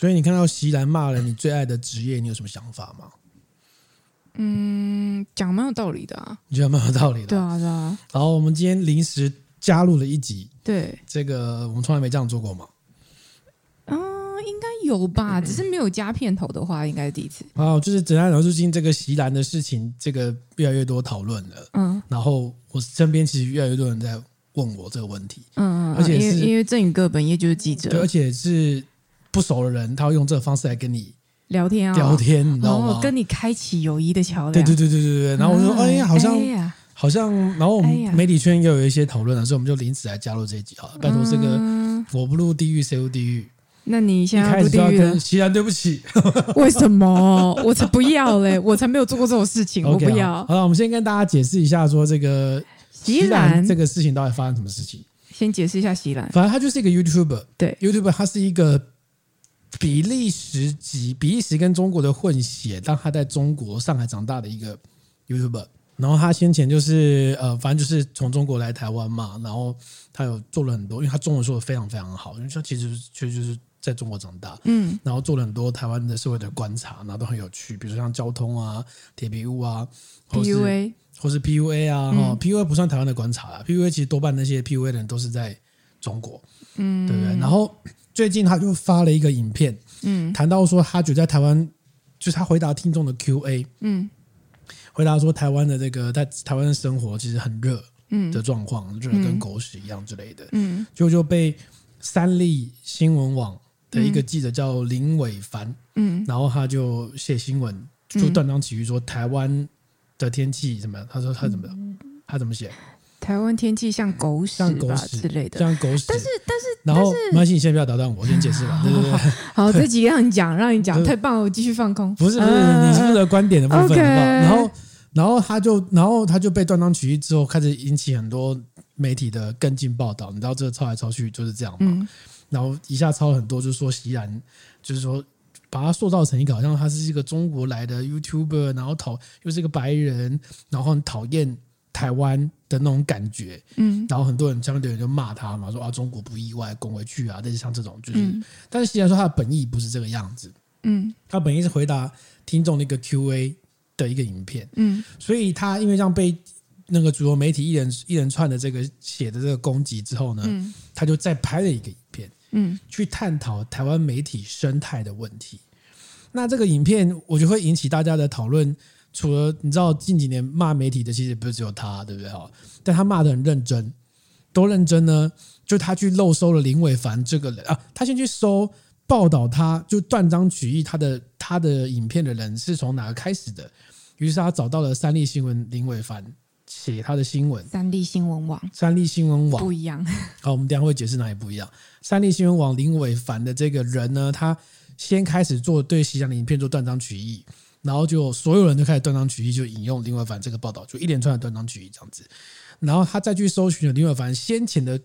所以你看到席兰骂了你最爱的职业，你有什么想法吗？ 讲蛮有道理的啊。 你觉得蛮有道理的。 对啊，对啊。 然后我们今天临时加入了一集， 对， 这个我们从来没这样做过嘛。 应该有吧，只是没有加片头的话，应该是第一次。 就是简单来说，最近这个席兰的事情，这个越来越多讨论了。然后我身边其实越来越多人在问我这个问题。而且是因为振宇哥本业就是记者， 对，而且是不熟的人，他会用这个方式来跟你聊天， 你知道吗？ 跟你开启友谊的桥梁。 对。然后我就说，好像，然后我们媒体圈也有一些讨论了，所以我们就临时来加入这一集。好了，拜托这个我不入地狱谁入地狱？ 那你现在一开始就要跟席兰对不起。 为什么？我才不要嘞！我才没有做过这种事情， okay, 我不要。 好了，我们先跟大家解释一下，说这个席兰这个事情到底发生什么事情。 先解释一下席兰， 反正他就是一个 YouTuber， 对 ，YouTuber 他是一个比利时跟中国的混血，但他在中国上海长大的一个 YouTuber。然后他先前就是反正就是从中国来台湾嘛，然后他有做了很多，因为他中文说的非常非常好，因为他其实就是在中国长大，然后做了很多台湾的社会的观察，然后都很有趣，比如说像交通啊、铁皮屋啊 PUA 或是 PUA 啊，PUA 不算台湾的观察啦 ，PUA 其实多半那些 PUA 的人都是在中国，对不对？然后最近他就发了一个影片，谈到说他觉得在台湾，就是他回答听众的 QA，回答说台湾的这个在台湾的生活其实很热的状况，热跟狗屎一样之类的，就被三立新闻网的一个记者叫林伟凡，然后他就写新闻，就断章取义说台湾的天气怎么样？他说他怎么写？ 台湾天气像狗屎吧之类的， 像狗屎。 但是， 然后没关系，你先不要打断我，先解释吧。对。 好，这集让你讲，太棒了，我继续放空。 不是，你是负责观点的部分，好不好？然后他就被断章取义之后，开始引起很多媒体的跟进报道。你知道这个抄来抄去就是这样嘛？然后一下抄了很多，就是说席兰，就是说把他塑造成一个好像他是一个中国来的 YouTuber， 然后又是一个白人，然后很讨厌台湾的那种感觉。然后很多人下面的人就骂他嘛，说中国不意外，滚回去啊，类似像这种就是。但是席兰说他的本意不是这个样子。他本意是回答听众的一个 QA。的一个影片，所以他因为这样被那个主流媒体一连串的这个写的这个攻击之后呢，他就再拍了一个影片，去探讨台湾媒体生态的问题。那这个影片我觉得会引起大家的讨论，除了你知道近几年骂媒体的其实不是只有他，对不对？但他骂得很认真，多认真呢？就他去漏搜了林伟凡这个人啊，他先去搜报道他，就断章取义他的影片的人是从哪个开始的。于是他找到了三立新闻林伟凡写他的新闻。 三立新闻网不一样。 好，我们等一下会解释哪里不一样。三立新闻网林伟凡的这个人呢，他先开始对席兰的影片做断章取义，然后就所有人就开始断章取义，就引用林伟凡这个报道，就一连串的断章取义这样子。然后他再去搜寻了林伟凡先前的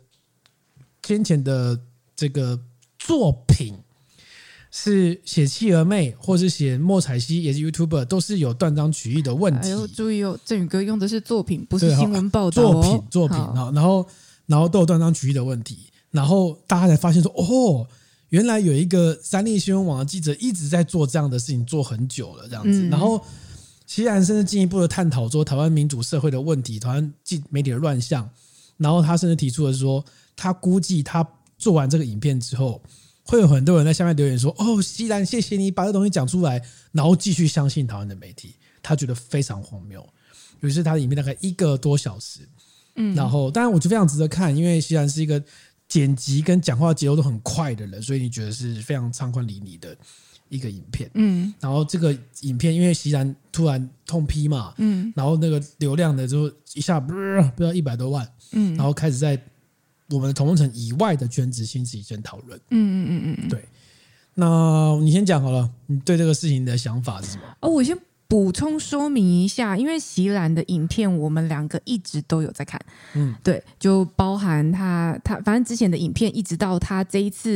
这个作品。是写企鹅妹，或是写莫彩希，也是 YouTuber， 都是有断章取义的问题。 注意哦，振宇哥用的是作品，不是新闻报道作品，然后都有断章取义的问题，然后大家才发现说，原来有一个三立新闻网的记者一直在做这样的事情，做很久了这样子。然后席兰甚至进一步的探讨说台湾民主社会的问题，台湾媒体的乱象。然后他甚至提出了说，他估计他做完这个影片之后。会有很多人在下面留言说：“席兰，谢谢你把这东西讲出来，然后继续相信台湾的媒体。”他觉得非常荒谬。于是他的影片大概1个多小时，然后当然我觉得非常值得看，因为席兰是一个剪辑跟讲话节奏都很快的人，所以你觉得是非常畅快淋漓的一个影片。然后这个影片因为席兰突然痛批嘛，然后那个流量的就一下不知道100多万，然后开始在。我们的同温层以外的圈子兴起一阵讨论。对。那你先讲好了，你对这个事情的想法是什么？ 我先补充说明一下，因为席兰的影片我们2个一直都有在看。对，就包含他反正之前的影片，一直到他这一次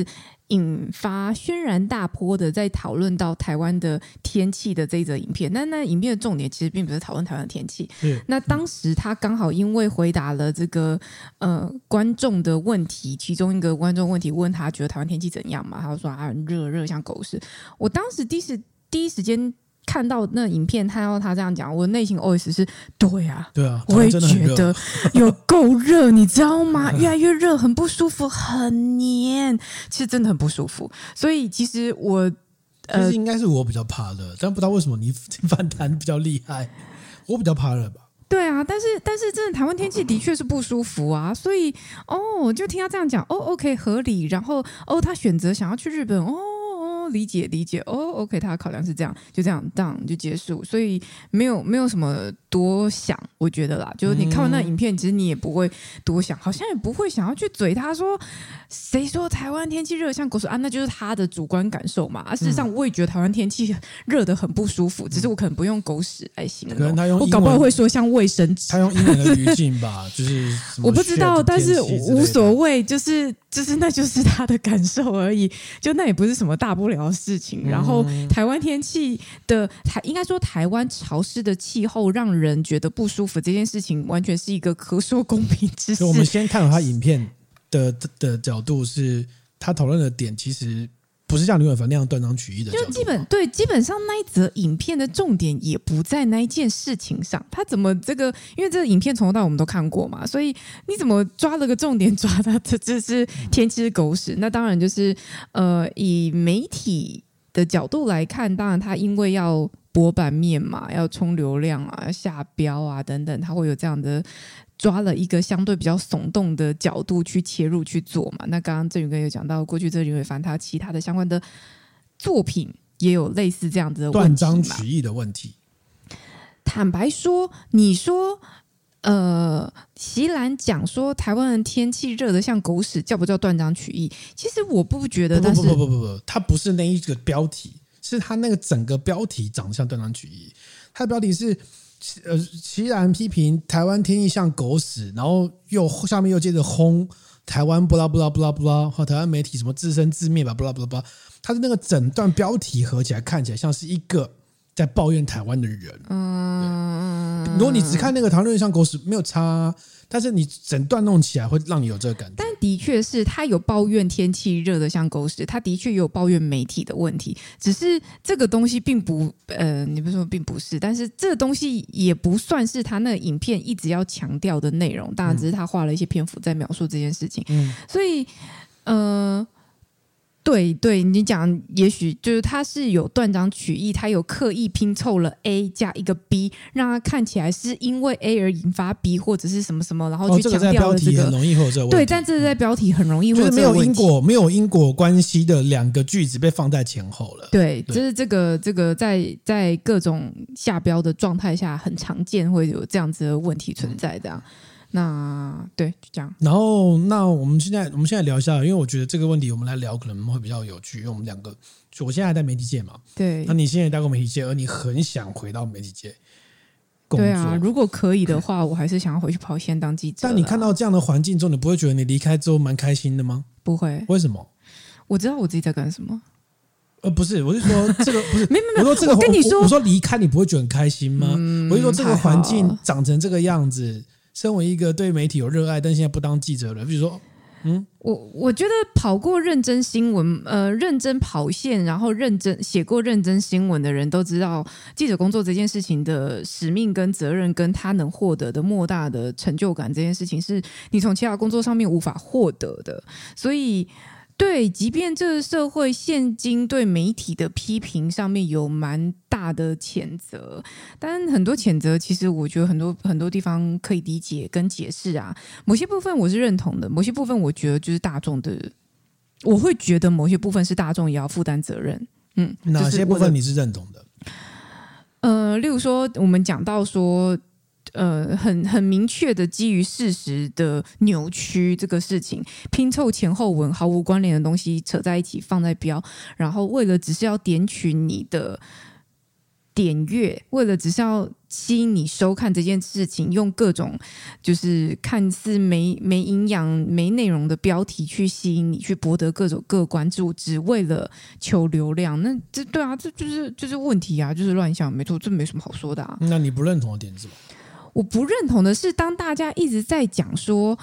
引发轩然大波的在讨论到台湾的天气的这一则影片。那影片的重点其实并不是讨论台湾的天气。那当时他刚好因为回答了这个观众的问题，其中一个观众问题问他觉得台湾天气怎样嘛，他就说很热像狗屎。我当时第一时间看到那影片，看到他这样讲，我的内心 OS 是对啊，我也觉得有够热，你知道吗？越来越热，很不舒服，很黏，其实真的很不舒服。所以其实其实应该是我比较怕热，但不知道为什么你反弹比较厉害，我比较怕热吧。 对啊，但是真的台湾天气的确是不舒服啊，所以就听他这样讲，OK 合理，然后他选择想要去日本，理解，OK 他的考量是这样，就这样就结束，所以没有什么多想，我觉得啦，就是你看完那影片，其实你也不会多想，好像也不会想要去嘴他说谁说台湾天气热像狗屎啊，那就是他的主观感受嘛。事实上我也觉得台湾天气热得很不舒服，只是我可能不用狗屎来形容，可能他用我搞不好会说像卫生纸， 他用英文的语境吧，就是我不知道，但是无所谓，就是那就是他的感受而已，就那也不是什么大不了的事情。然后台湾天气的应该说台湾潮湿的气候让人觉得不舒服，这件事情完全是一个可说公平之事。 我们先看到他影片的角度，是他讨论的点其实不是像刘远凡那样断章取义的角度， 就基本上那一则影片的重点也不在那一件事情上。他怎么因为这个影片从头到尾我们都看过嘛，所以你怎么抓了个重点抓到这是天气是狗屎？那当然就是以媒体的角度来看，当然他因为要博版面嘛，要冲流量啊、下标啊等等，他会有这样的抓了一个相对比较耸动的角度去切入去做嘛。那刚刚振宇哥有讲到，过去这林伟凡他其他的相关的作品也有类似这样子的问题嘛， 断章取义的问题。 坦白说，你说席兰讲说台湾人天气热得像狗屎，叫不叫断章取义？其实我不觉得，但是不，他不是那一个标题，是他那个整个标题长得像断章取义。他的标题是席兰批评台湾天气像狗屎，然后下面又接着轰台湾不啦不啦不啦不啦，和台湾媒体什么自生自灭吧不啦不啦不啦。他的那个整段标题合起来看起来像是一个在抱怨台湾的人。如果你只看那个台湾人像狗屎没有差啊，但是你整段弄起来会让你有这个感觉。 但的确是他有抱怨天气热得像狗屎，他的确有抱怨媒体的问题，只是这个东西并不你不是说并不是，但是这个东西也不算是他那个影片一直要强调的内容，当然只是他花了一些篇幅在描述这件事情。所以对你讲，也许就是他是有断章取义，他有刻意拼凑了 A 加一个 B， 让他看起来是因为 A 而引发 B 或者是什么什么，然后去强调了这个。 很容易会有这个问题。 对，但这是在标题很容易会有这个问题， 就是没有因果关系的两个句子被放在前后了。 对，就是这个在各种下标的状态下很常见，会有这样子的问题存在这样。那对，就这样。 然后，那我们现在聊一下，因为我觉得这个问题我们来聊可能会比较有趣，因为我们两个，我现在还在媒体界嘛， 对， 那你现在也待过媒体界，而你很想回到媒体界工作， 对啊，如果可以的话，我还是想要回去跑线当记者。 但你看到这样的环境中，你不会觉得你离开之后蛮开心的吗？ 不会， 为什么？ 我知道我自己在干什么。 不是，我是说这个不是， 没有， 我说这个， 我跟你说， 我说离开你不会觉得很开心吗？我是说这个环境长成这个样子。身为一个对媒体有热爱，但现在不当记者了，比如说， 我觉得跑过认真新闻，认真跑线，然后认真写过认真新闻的人都知道，记者工作这件事情的使命跟责任，跟他能获得的莫大的成就感，这件事情是你从其他工作上面无法获得的，所以。对，即便这个社会现今对媒体的批评上面有蛮大的谴责，但很多谴责其实我觉得很多地方可以理解跟解释啊。某些部分我是认同的，某些部分我觉得就是大众的，我会觉得某些部分是大众也要负担责任。 哪些部分你是认同的？例如说我们讲到说。很明确的基于事实的扭曲这个事情，拼凑前后文毫无关联的东西扯在一起放在标，然后为了只是要点取你的点阅，为了只是要吸引你收看这件事情，用各种就是看似没营养、没内容的标题去吸引你，去博得各关注，只为了求流量。那这对啊，这就是问题啊，就是乱象，没错，这没什么好说的啊。 那你不认同的点是什么？ 我不认同的是，当大家一直在讲说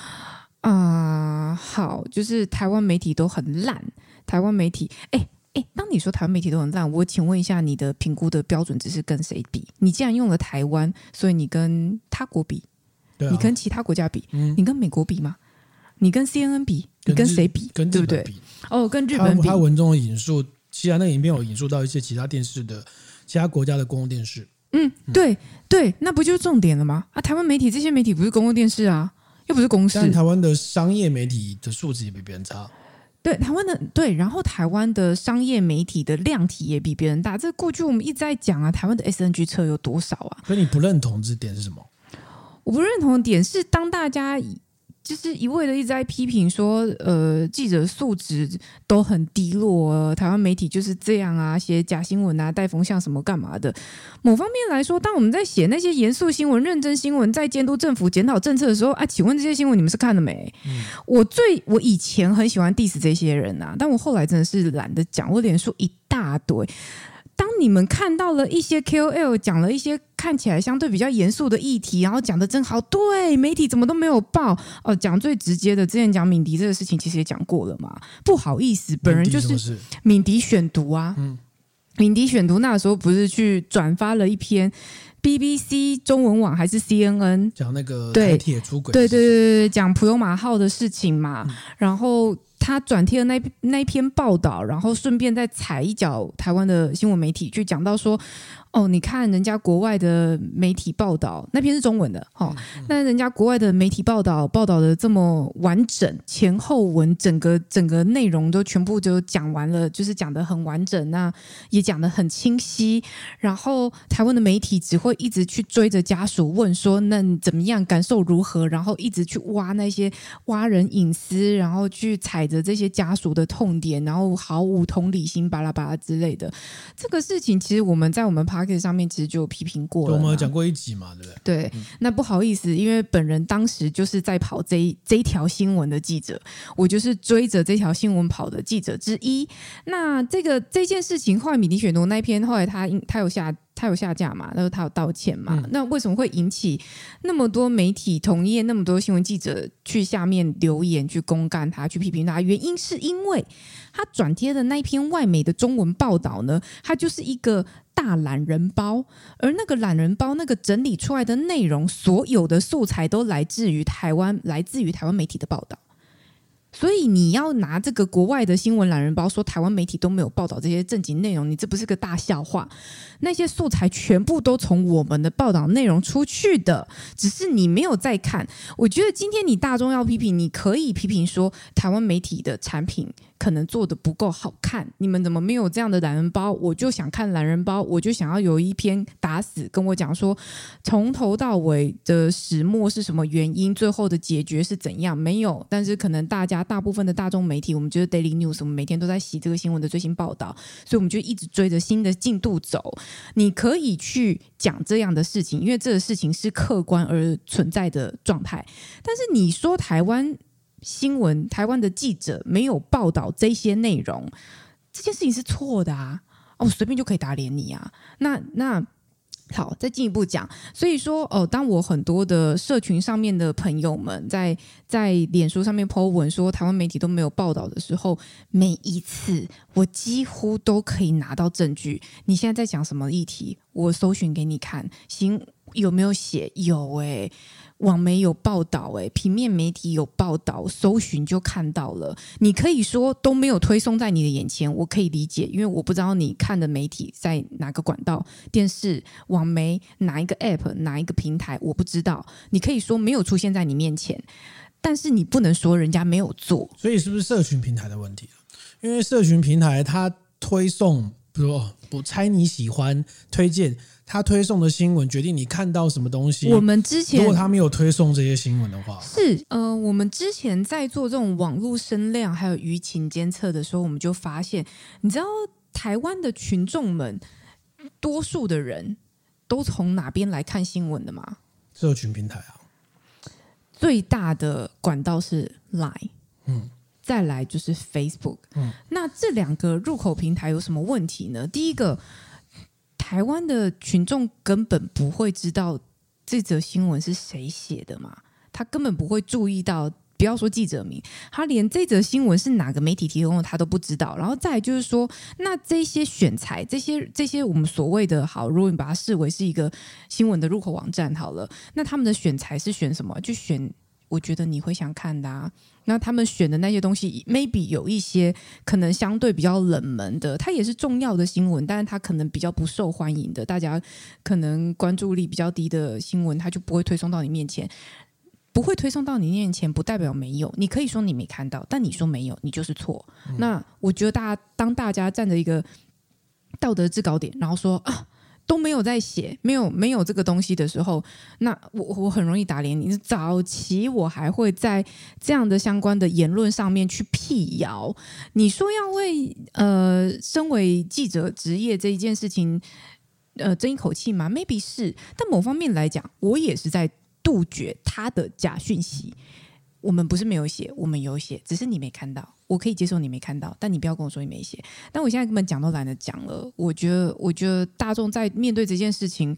好，就是台湾媒体都很烂，台湾媒体，当你说台湾媒体都很烂，我请问一下，你的评估的标准只是跟谁比？你既然用了台湾，所以你跟他国比，你跟其他国家比，你跟美国比吗？你跟 CNN 比，你跟谁比？ 跟对不对？跟日本比。 他文中的引述，其他那个影片有引述到一些其他电视的其他国家的公共电视。 对，那不就是重点了吗？台湾媒体这些媒体不是公共电视啊，又不是公视。 但台湾的商业媒体的素质也比别人差。 然后台湾的商业媒体的量体也比别人大。这过去我们一直在讲啊，台湾的 SNG 车有多少啊？ 所以你不认同这点是什么？ 我不认同的点是，当大家就是一味的一直在批评说，记者素质都很低落，台湾媒体就是这样啊，写假新闻啊，带风向什么干嘛的。某方面来说，当我们在写那些严肃新闻、认真新闻，在监督政府、检讨政策的时候，请问这些新闻你们是看了没？我以前很喜欢 diss 这些人啊，但我后来真的是懒得讲，我脸书一大堆。当你们看到了一些 KOL 讲了一些看起来相对比较严肃的议题，然后讲的真好，对，媒体怎么都没有报。讲最直接的，之前讲敏迪这个事情其实也讲过了嘛，不好意思，本人就是敏迪选读啊。敏迪选读那时候不是去转发了一篇 BBC 中文网还是 CNN 讲那个台铁出轨， 对，讲普悠玛号的事情嘛，然后他转贴了那一篇报道，然后顺便再踩一脚台湾的新闻媒体，去讲到说，你看人家国外的媒体报道，那篇是中文的，那人家国外的媒体报道的这么完整，前后文整个内容都全部就讲完了，就是讲得很完整，那也讲得很清晰。然后台湾的媒体只会一直去追着家属问说，那你怎么样，感受如何？然后一直去挖人隐私，然后去踩着这些家属的痛点，然后毫无同理心，巴拉巴拉之类的。这个事情其实我们在我们 Podcast 上面其实就有批评过了， 我们有讲过一集嘛，对不对？ 对，那不好意思，因为本人当时就是在跑这一条新闻的记者，我就是追着这条新闻跑的记者之一。那这件事情，后来敏迪选读那一篇，后来他有下架嘛，然后他有道歉嘛，那为什么会引起那么多媒体同业、那么多新闻记者去下面留言去公干他、去批评他？原因是因为他转贴的那一篇外媒的中文报道呢，它就是一个大懒人包，而那个懒人包那个整理出来的内容，所有的素材都来自于台湾媒体的报道。所以你要拿这个国外的新闻懒人包说台湾媒体都没有报道这些正经内容，你这不是个大笑话？那些素材全部都从我们的报道内容出去的，只是你没有在看。我觉得今天你大众要批评，你可以批评说台湾媒体的产品可能做的不够好看，你们怎么没有这样的懒人包？我就想看懒人包，我就想要有一篇打死跟我讲说从头到尾的始末是什么原因，最后的解决是怎样，没有。但是可能大部分的大众媒体，我们觉得 Daily News 我们每天都在洗这个新闻的最新报道，所以我们就一直追着新的进度走。你可以去讲这样的事情，因为这个事情是客观而存在的状态。但是你说台湾新闻，台湾的记者没有报道这些内容，这件事情是错的啊！随便就可以打脸你啊！那好，再进一步讲，所以说当我很多的社群上面的朋友们在脸书上面 po 文说台湾媒体都没有报道的时候，每一次我几乎都可以拿到证据。你现在在讲什么议题？我搜寻给你看，行，有没有写？有网媒有报道平面媒体有报道，搜寻就看到了。你可以说都没有推送在你的眼前，我可以理解，因为我不知道你看的媒体在哪个管道，电视、网媒、哪一个 app、哪一个平台，我不知道。你可以说没有出现在你面前，但是你不能说人家没有做。 所以是不是社群平台的问题？因为社群平台它推送，比如说我猜你喜欢推荐，他推送的新闻决定你看到什么东西。 我们之前如果他没有推送这些新闻的话， 是我们之前在做这种网络声量还有舆情监测的时候，我们就发现，你知道台湾的群众们多数的人都从哪边来看新闻的吗？ 社群平台啊， 最大的管道是 Line，再来就是 Facebook，那这两个入口平台有什么问题呢？第一个，台湾的群众根本不会知道这则新闻是谁写的嘛，他根本不会注意到。不要说记者名，他连这则新闻是哪个媒体提供的他都不知道。然后再来就是说，那这些选材，这些我们所谓的好，如果你把它视为是一个新闻的入口网站好了，那他们的选材是选什么？就选我觉得你会想看的啊。那他们选的那些东西 ，maybe 有一些可能相对比较冷门的，它也是重要的新闻，但是它可能比较不受欢迎的，大家可能关注力比较低的新闻，它就不会推送到你面前。不会推送到你面前不代表没有，你可以说你没看到，但你说没有你就是错。那我觉得当大家站着一个道德制高点，然后说啊都没有在写，没有这个东西的时候，那我很容易打脸你。早期我还会在这样的相关的言论上面去辟谣，你说要为身为记者职业这一件事情争一口气吗 ？maybe 是，但某方面来讲，我也是在杜绝他的假讯息。我们不是没有写，我们有写，只是你没看到。我可以接受你没看到，但你不要跟我说你没写。但我现在根本讲都懒得讲了。我觉得大众在面对这件事情，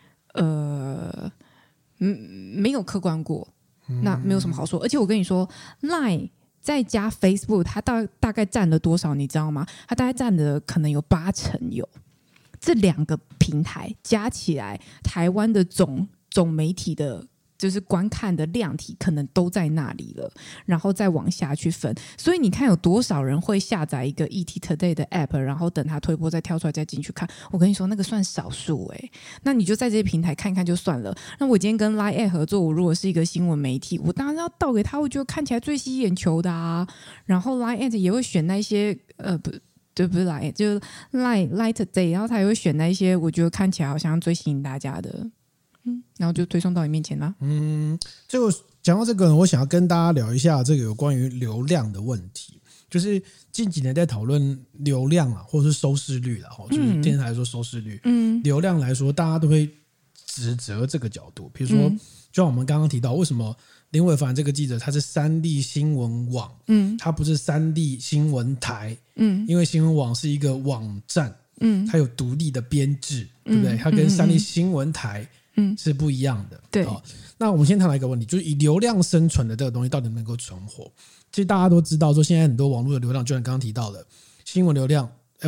没有客观过，那没有什么好说。而且我跟你说 ，Line 再加 Facebook， 它大概占了多少？你知道吗？它大概占了可能有80%有。这两个平台加起来，台湾的总媒体的就是观看的量体可能都在那里了，然后再往下去分。所以你看有多少人会下载一个 ET Today 的 app， 然后等它推播再跳出来再进去看。我跟你说那个算少数那你就在这些平台看一看就算了。那我今天跟 Line 合作，我如果是一个新闻媒体，我当然要倒给他我觉得看起来最吸眼球的啊。然后 Line 也会选那些对，不是 Line， 就是 Line Today， 然后他也会选那一些我觉得看起来好像最吸引大家的，然后就推送到你面前啦。 这个讲到这个，我想要跟大家聊一下这个有关于流量的问题。就是近几年在讨论流量啊，或者是收视率啦，就是电视台说收视率，流量来说，大家都会指责这个角度。比如说，就像我们刚刚提到，为什么林伟凡这个记者他是三立新闻网，他不是三立新闻台，因为新闻网是一个网站，它有独立的编制，对不对？它跟三立新闻台是不一样的。 对， 那我们先谈到一个问题，就是以流量生存的这个东西到底能够存活？其实大家都知道，说现在很多网络的流量，就像刚刚提到的新闻流量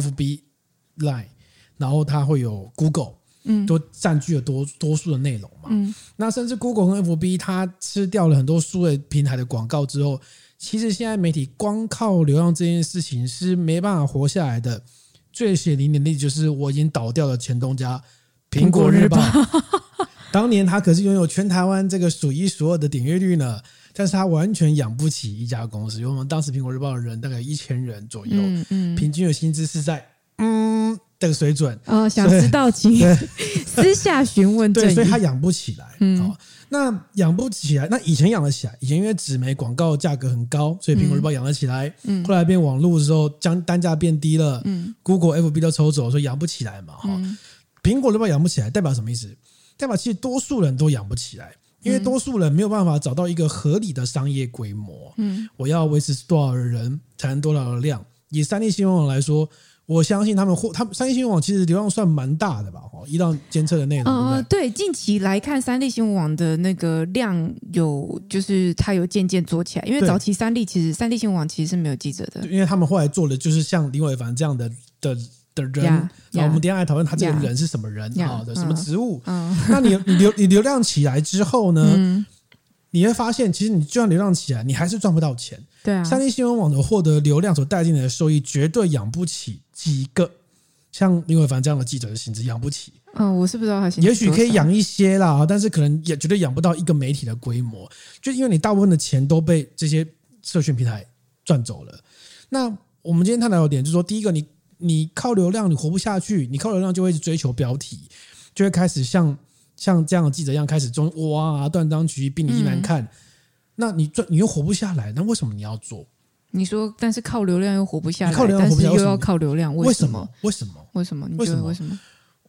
，FB、Line， 然后它会有 Google。都占据了多数的内容嘛。那甚至 Google 跟 FB 它吃掉了很多数位平台的广告之后，其实现在媒体光靠流量这件事情是没办法活下来的。最血淋淋的例子就是我已经倒掉的前东家苹果日报，当年它可是拥有全台湾这个数一数二的点阅率呢，但是它完全养不起一家公司。因为我们当时苹果日报的人大概1000人左右，平均的薪资是在这个水准想知道请私下询问。 对，所以他养不起来。那养不起来，那以前养得起来，以前因为纸媒广告价格很高，所以苹果日报养得起来。后来变网络的时候，将单价变低了，Google、FB 都抽走，所以养不起来嘛。苹果日报养不起来，代表什么意思？代表其实多数人都养不起来，因为多数人没有办法找到一个合理的商业规模。我要维持多少人才能多少的量？以三立新闻网来说。我相信他们三立新闻网其实流量算蛮大的吧，依照监测的内容， 对，近期来看，三立新闻网的那个量就是它有渐渐做起来，因为早期三立新闻网其实是没有记者的， 因为他们后来做的就是像林伟凡这样的人，我们等一下来讨论他这个人是什么人的什么职务。那你流量起来之后呢？你会发现，其实你就算流量起来，你还是赚不到钱。 对啊， 三立新闻网的获得流量所带进来的收益，绝对养不起几个像林伟凡这样的记者的薪资，养不起。 我是不知道他薪资也许可以养一些啦，但是可能也绝对养不到一个媒体的规模，就因为你大部分的钱都被这些社群平台赚走了。那我们今天探讨的点就是说，第一个，你靠流量你活不下去，你靠流量就会追求标题，就会开始像这样的记者一样开始哇断章取义，比你难看。那你又活不下来，那为什么你要做？ 你说，但是靠流量又活不下来， 靠流量活不下来， 但是又要靠流量，为什么？ 为什么？ 你觉得为什么？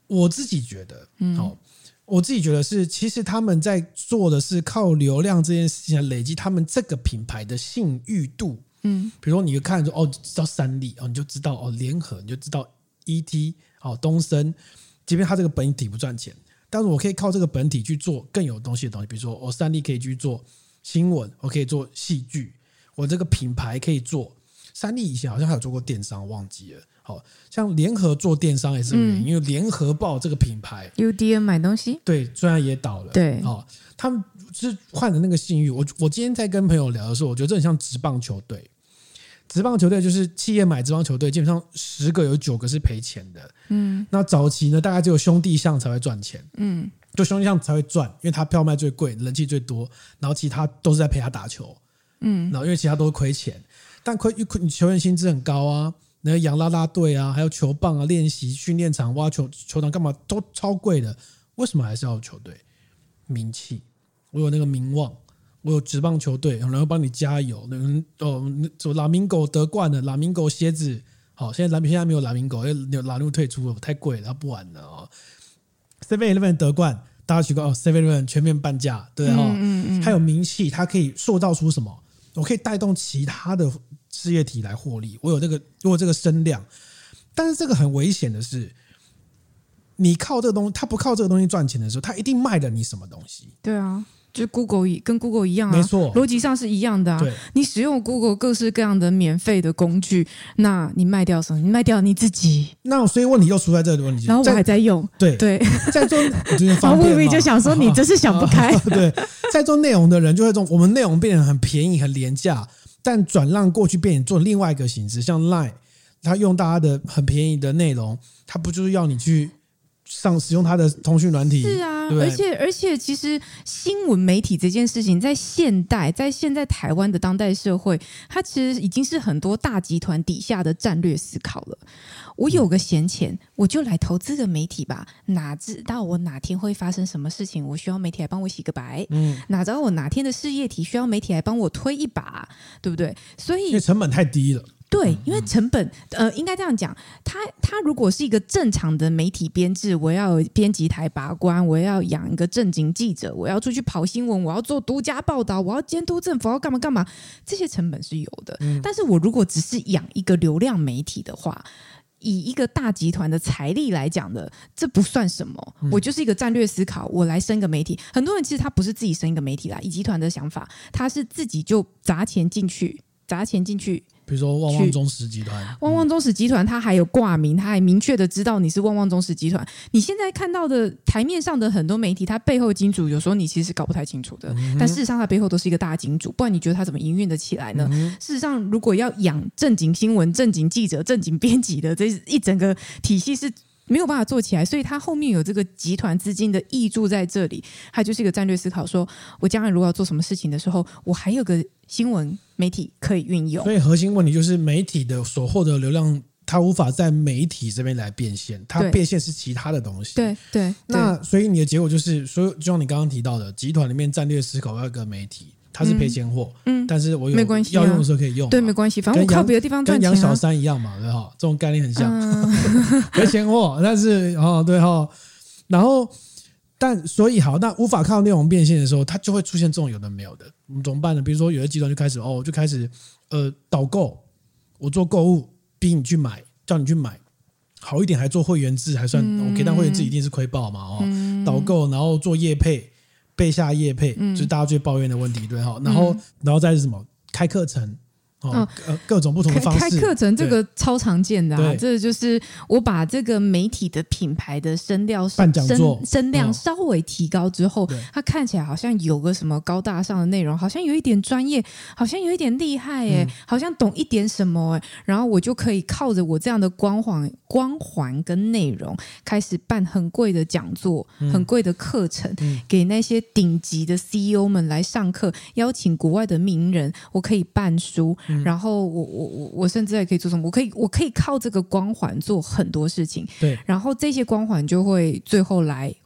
我自己觉得，我自己觉得是，其实他们在做的是靠流量这件事情来累积他们这个品牌的信誉度。比如说你看说知道三立你就知道联合，你就知道 ET 东森，即便他这个本体不赚钱，但是我可以靠这个本体去做更有东西的东西。比如说三立可以去做新闻，我可以做戏剧，我这个品牌可以做。三立以前好像还有做过电商，忘记了。好像联合做电商也是原因，因为联合报这个品牌 UDN 买东西， 对，虽然也倒了， 对， 他们是换了那个信誉。我今天在跟朋友聊的时候，我觉得这很像职棒球队。职棒球队就是企业买职棒球队，基本上10个有9个是赔钱的。那早期呢，大概只有兄弟象才会赚钱。就兄弟象才会赚，因为他票卖最贵，人气最多，然后其他都是在陪他打球。然后因为其他都是亏钱，但你球员薪资很高啊。那个养啦啦队啊，还有球棒啊，练习训练场、挖球场干嘛都超贵的，为什么还是要有球队？名气，我有那个名望，我有职棒球队，有人会帮你加油。拉明狗得冠了，拉明狗鞋子好，现在没有拉明狗，因为拉明狗退出了，太贵了，不玩了。7-11 得冠，大家去过7-11全面半价，对还有名气，它可以塑造出什么？我可以带动其他的事业体来获利，我有这个声量。但是这个很危险的是，你靠这个东西，他不靠这个东西赚钱的时候，他一定卖了你什么东西。 对啊，就 跟 Google 一样啊， 没错， 逻辑上是一样的啊。你使用 Google 各式各样的免费的工具，那你卖掉什么？你卖掉你自己。 那所以问题又出在这个问题， 然后我还在用，对， 在做方便嘛， 我就想说你真是想不开。 对，在做内容的人就会我们内容变得很便宜、很廉价，但转让过去变成做另外一个形式，像 Line， 他用大家的很便宜的内容，他不就是要你去使用它的通讯软体？ 是啊， 对， 而且其实新闻媒体这件事情，在现在台湾的当代社会，它其实已经是很多大集团底下的战略思考了。我有个闲钱，我就来投资个媒体吧。哪知道我哪天会发生什么事情，我需要媒体来帮我洗个白。哪知道我哪天的事业体需要媒体来帮我推一把，对不对？所以因为成本太低了。 对，因为成本，应该这样讲，它如果是一个正常的媒体编制，我要有编辑台把关，我要养一个正经记者，我要出去跑新闻，我要做独家报道，我要监督政府，要干嘛干嘛，这些成本是有的。但是我如果只是养一个流量媒体的话，以一个大集团的财力来讲的，这不算什么。我就是一个战略思考，我来生个媒体。很多人其实他不是自己生一个媒体啦，以集团的想法，他是自己就砸钱进去。 比如说旺旺中时集团， 旺旺中时集团它还有挂名，它还明确的知道你是旺旺中时集团。你现在看到的台面上的很多媒体，它背后金主有时候你其实搞不太清楚的，但事实上它背后都是一个大金主，不然你觉得它怎么营运的起来呢？事实上，如果要养正经新闻、正经记者、正经编辑的这一整个体系是没有办法做起来，所以它后面有这个集团资金的挹注在这里，它就是一个战略思考，说我将来如果要做什么事情的时候，我还有个新闻媒体可以运用。 所以核心问题就是媒体的所获得流量，它无法在媒体这边来变现，它变现是其他的东西。 对。 那所以你的结果就是，就像你刚刚提到的，集团里面战略思考要一个媒体。它是赔钱货，但是我有要用的时候可以用， 对，没关系，反正我靠别的地方赚钱， 跟养小三一样嘛，对哈，这种概念很像，赔钱货，但是对哈，然后所以好，那无法靠内容变现的时候，它就会出现这种有的没有的，我们怎么办呢？比如说有的集团就开始就开始导购，我做购物，逼你去买，叫你去买。好一点还做会员制，还算 OK，但会员制一定是亏爆嘛，导购，然后做业配。背下业配，就是大家最抱怨的问题，对哈。然后再是什么？开课程。各种不同的方式， 开课程这个超常见的这就是我把这个媒体的品牌的声量稍微提高之后，它看起来好像有个什么高大上的内容，好像有一点专业，好像有一点厉害好像懂一点什么然后我就可以靠着我这样的光环跟内容，开始办很贵的讲座、很贵的课程，给那些顶级的 CEO 们来上课，邀请国外的名人，我可以办书。然后我甚至也可以做什么？我可以靠这个光环做很多事情， 对。 然后这些光环就会最后来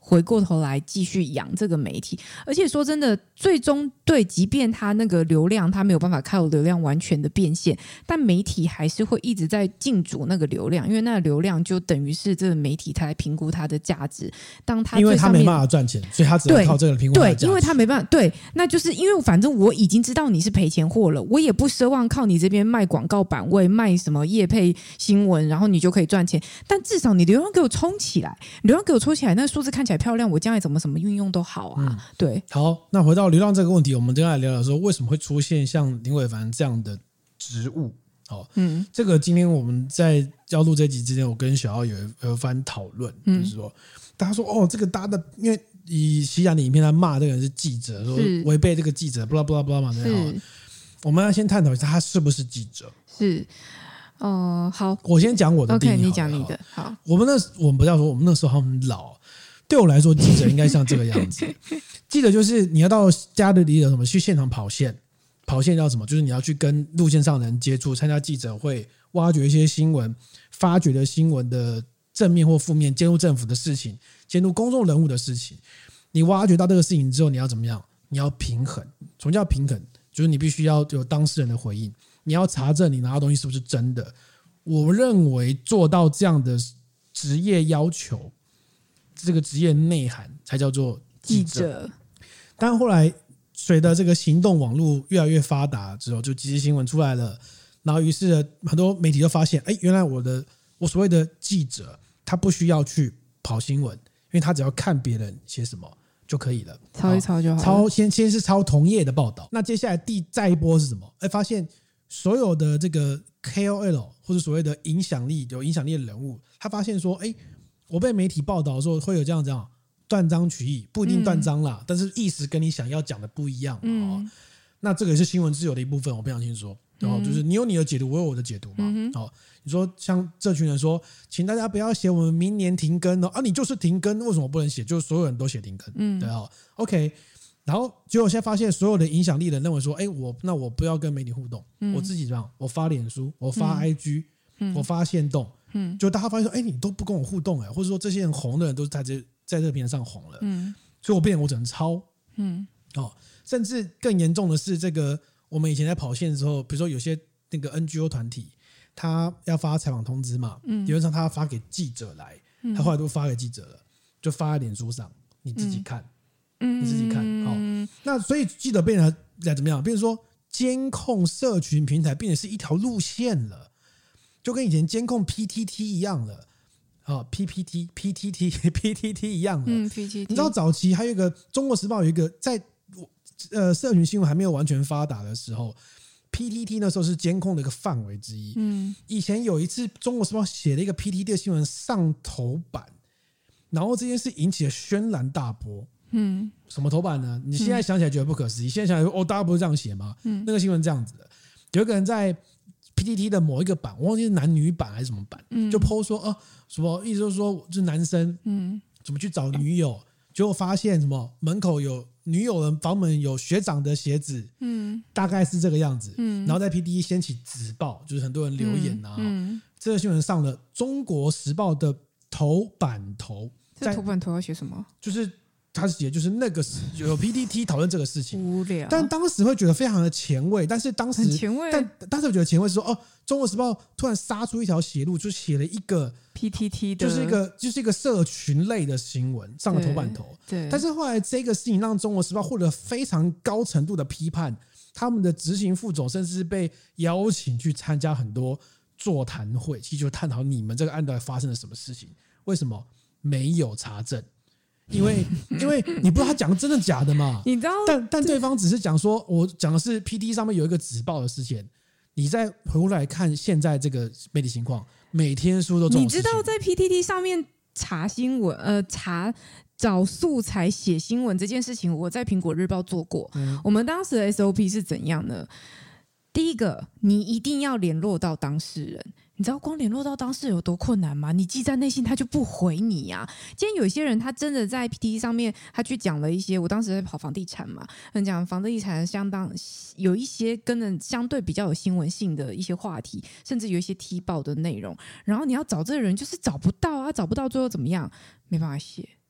回过头来继续养这个媒体。而且说真的，最终对，即便它那个流量它没有办法靠流量完全的变现，但媒体还是会一直在竞逐那个流量，因为那个流量就等于是这个媒体它来评估它的价值。当它因为它没办法赚钱，所以它只能靠这个评估它的价值。 对，因为它没办法，对，那就是因为反正我已经知道你是赔钱货了，我也不奢望靠你这边卖广告版位、卖什么业配新闻，然后你就可以赚钱。但至少你流量给我冲起来，流量给我冲起来，那数字看起来漂亮，我将来怎么运用都好啊。对， 好，那回到流量这个问题，我们接下来聊聊说为什么会出现像林伟凡这样的职务。这个今天我们在要录这集之前，我跟小奥有一番讨论，就是说，大家说这个大家的，因为以西雅的影片他骂这个人是记者，说违背这个记者，blah blah blah 嘛，对。我们要先探讨一下他是不是记者。 是，好， 我先讲我的定义。 OK， 你讲你的。好， 我们不要说我们那时候很老，对我来说，记者应该像这个样子。记者就是你要到加勒比的什么去现场跑线。跑线叫什么？就是你要去跟路线上的人接触，参加记者会，挖掘一些新闻，发掘的新闻的正面或负面，监督政府的事情，监督公众人物的事情。你挖掘到这个事情之后，你要怎么样？你要平衡。什么叫平衡？就是你必须要有当事人的回应，你要查证你拿到东西是不是真的。我认为做到这样的职业要求，这个职业内涵才叫做记者。但后来随着这个行动网络越来越发达之后，就即时新闻出来了，然后于是很多媒体就发现，原来我所谓的记者，他不需要去跑新闻，因为他只要看别人写什么就可以了， 抄一抄就好了。 先是抄同业的报道，那接下来再一波是什么？发现所有的这个 KOL 或者所谓的有影响力的人物，他发现说，我被媒体报道的时候会有这样断章取义，不一定断章啦，但是意思跟你想要讲的不一样。那这个也是新闻自由的一部分，我不想清楚。就是你有你的解读，我有我的解读嘛。你说像这群人说，请大家不要写我们明年停更哦，你就是停更，为什么不能写？就是所有人都写停更，对啊。OK， 然后结果现在发现，所有的影响力的人认为说，我不要跟媒体互动，我自己这样，我发脸书，我发 IG，我发限动，就大家发现说，你都不跟我互动，或者说这些人红的人都是在这个平台上红了，所以我只能抄，甚至更严重的是，这个我们以前在跑线的时候，比如说有些那个 NGO 团体，他要发采访通知嘛，理论上他要发给记者来，他后来都发给记者了，就发在脸书上，你自己看，你自己看，那所以记者变成怎么样？变成说监控社群平台变成是一条路线了，就跟以前监控 PTT 一样了。PTT 一样的， PTT， 你知道早期还有一个《中国时报》有一个在社群新闻还没有完全发达的时候 ，PTT 那时候是监控的一个范围之一。以前有一次《中国时报》写了一个 PTT 的新闻上头版，然后这件事引起了轩然大波。什么头版呢？你现在想起来觉得不可思议，现在想起来大家不是这样写吗？那个新闻这样子的，有一个人在PTT 的某一个版，我忘记是男女版还是什么版，就 po 说什么意思，就是说就是男生怎么去找女友，结果发现什么门口有女友的房门有学长的鞋子，大概是这个样子，然后在 PTT 掀起纸爆，就是很多人留言啊，这个新闻上了《中国时报》的头版头， 这头版头要写什么？ 就是他写就是那个有 PTT 讨论这个事情， 无聊， 但当时会觉得非常的前卫，但是当时很前卫， 但当时我觉得前卫是说中国时报突然杀出一条血路，就写了一个 PTT 的， 就是一个社群类的新闻上了头版头。 对， 但是后来这个事情让中国时报获得非常高程度的批判，他们的执行副总甚至被邀请去参加很多座谈会，其实就探讨你们这个案到底发生了什么事情，为什么没有查证。因为你不知道他讲的真的假的嘛， 你知道？ 但对方只是讲说，我讲的是 PT 上面有一个纸报的事情，你再回过来看现在这个媒体情况，每天说都这种事情。 你知道在 PTT 上面查新闻，找素材写新闻这件事情，我在苹果日报做过。我们当时的 SOP 是怎样呢？第一个，你一定要联络到当事人。你知道光联络到当事人有多困难吗？你记在内心，他就不回你呀。今天有一些人，他真的在 PTT 上面，他去讲了一些，我当时在跑房地产嘛，讲房地产相当有一些跟着相对比较有新闻性的一些话题，甚至有一些踢爆的内容。然后你要找这个人，就是找不到啊，找不到最后怎么样？没办法写。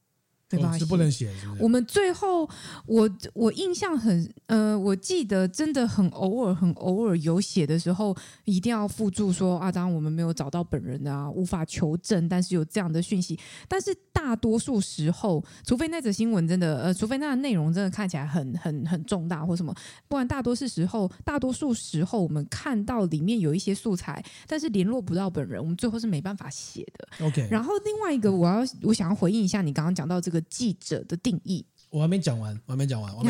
没办法写， 是不能写，是不是？ 我们最后，我印象很我记得真的很偶尔有写的时候，一定要附注说啊，当然我们没有找到本人啊，无法求证，但是有这样的讯息。但是大多数时候，除非那则新闻真的除非那个内容真的看起来很重大或什么，不然大多数时候我们看到里面有一些素材，但是联络不到本人，我们最后是没办法写的。 OK。 然后另外一个，我想要回应一下你刚刚讲到这个记者的定义。 我还没讲完。对，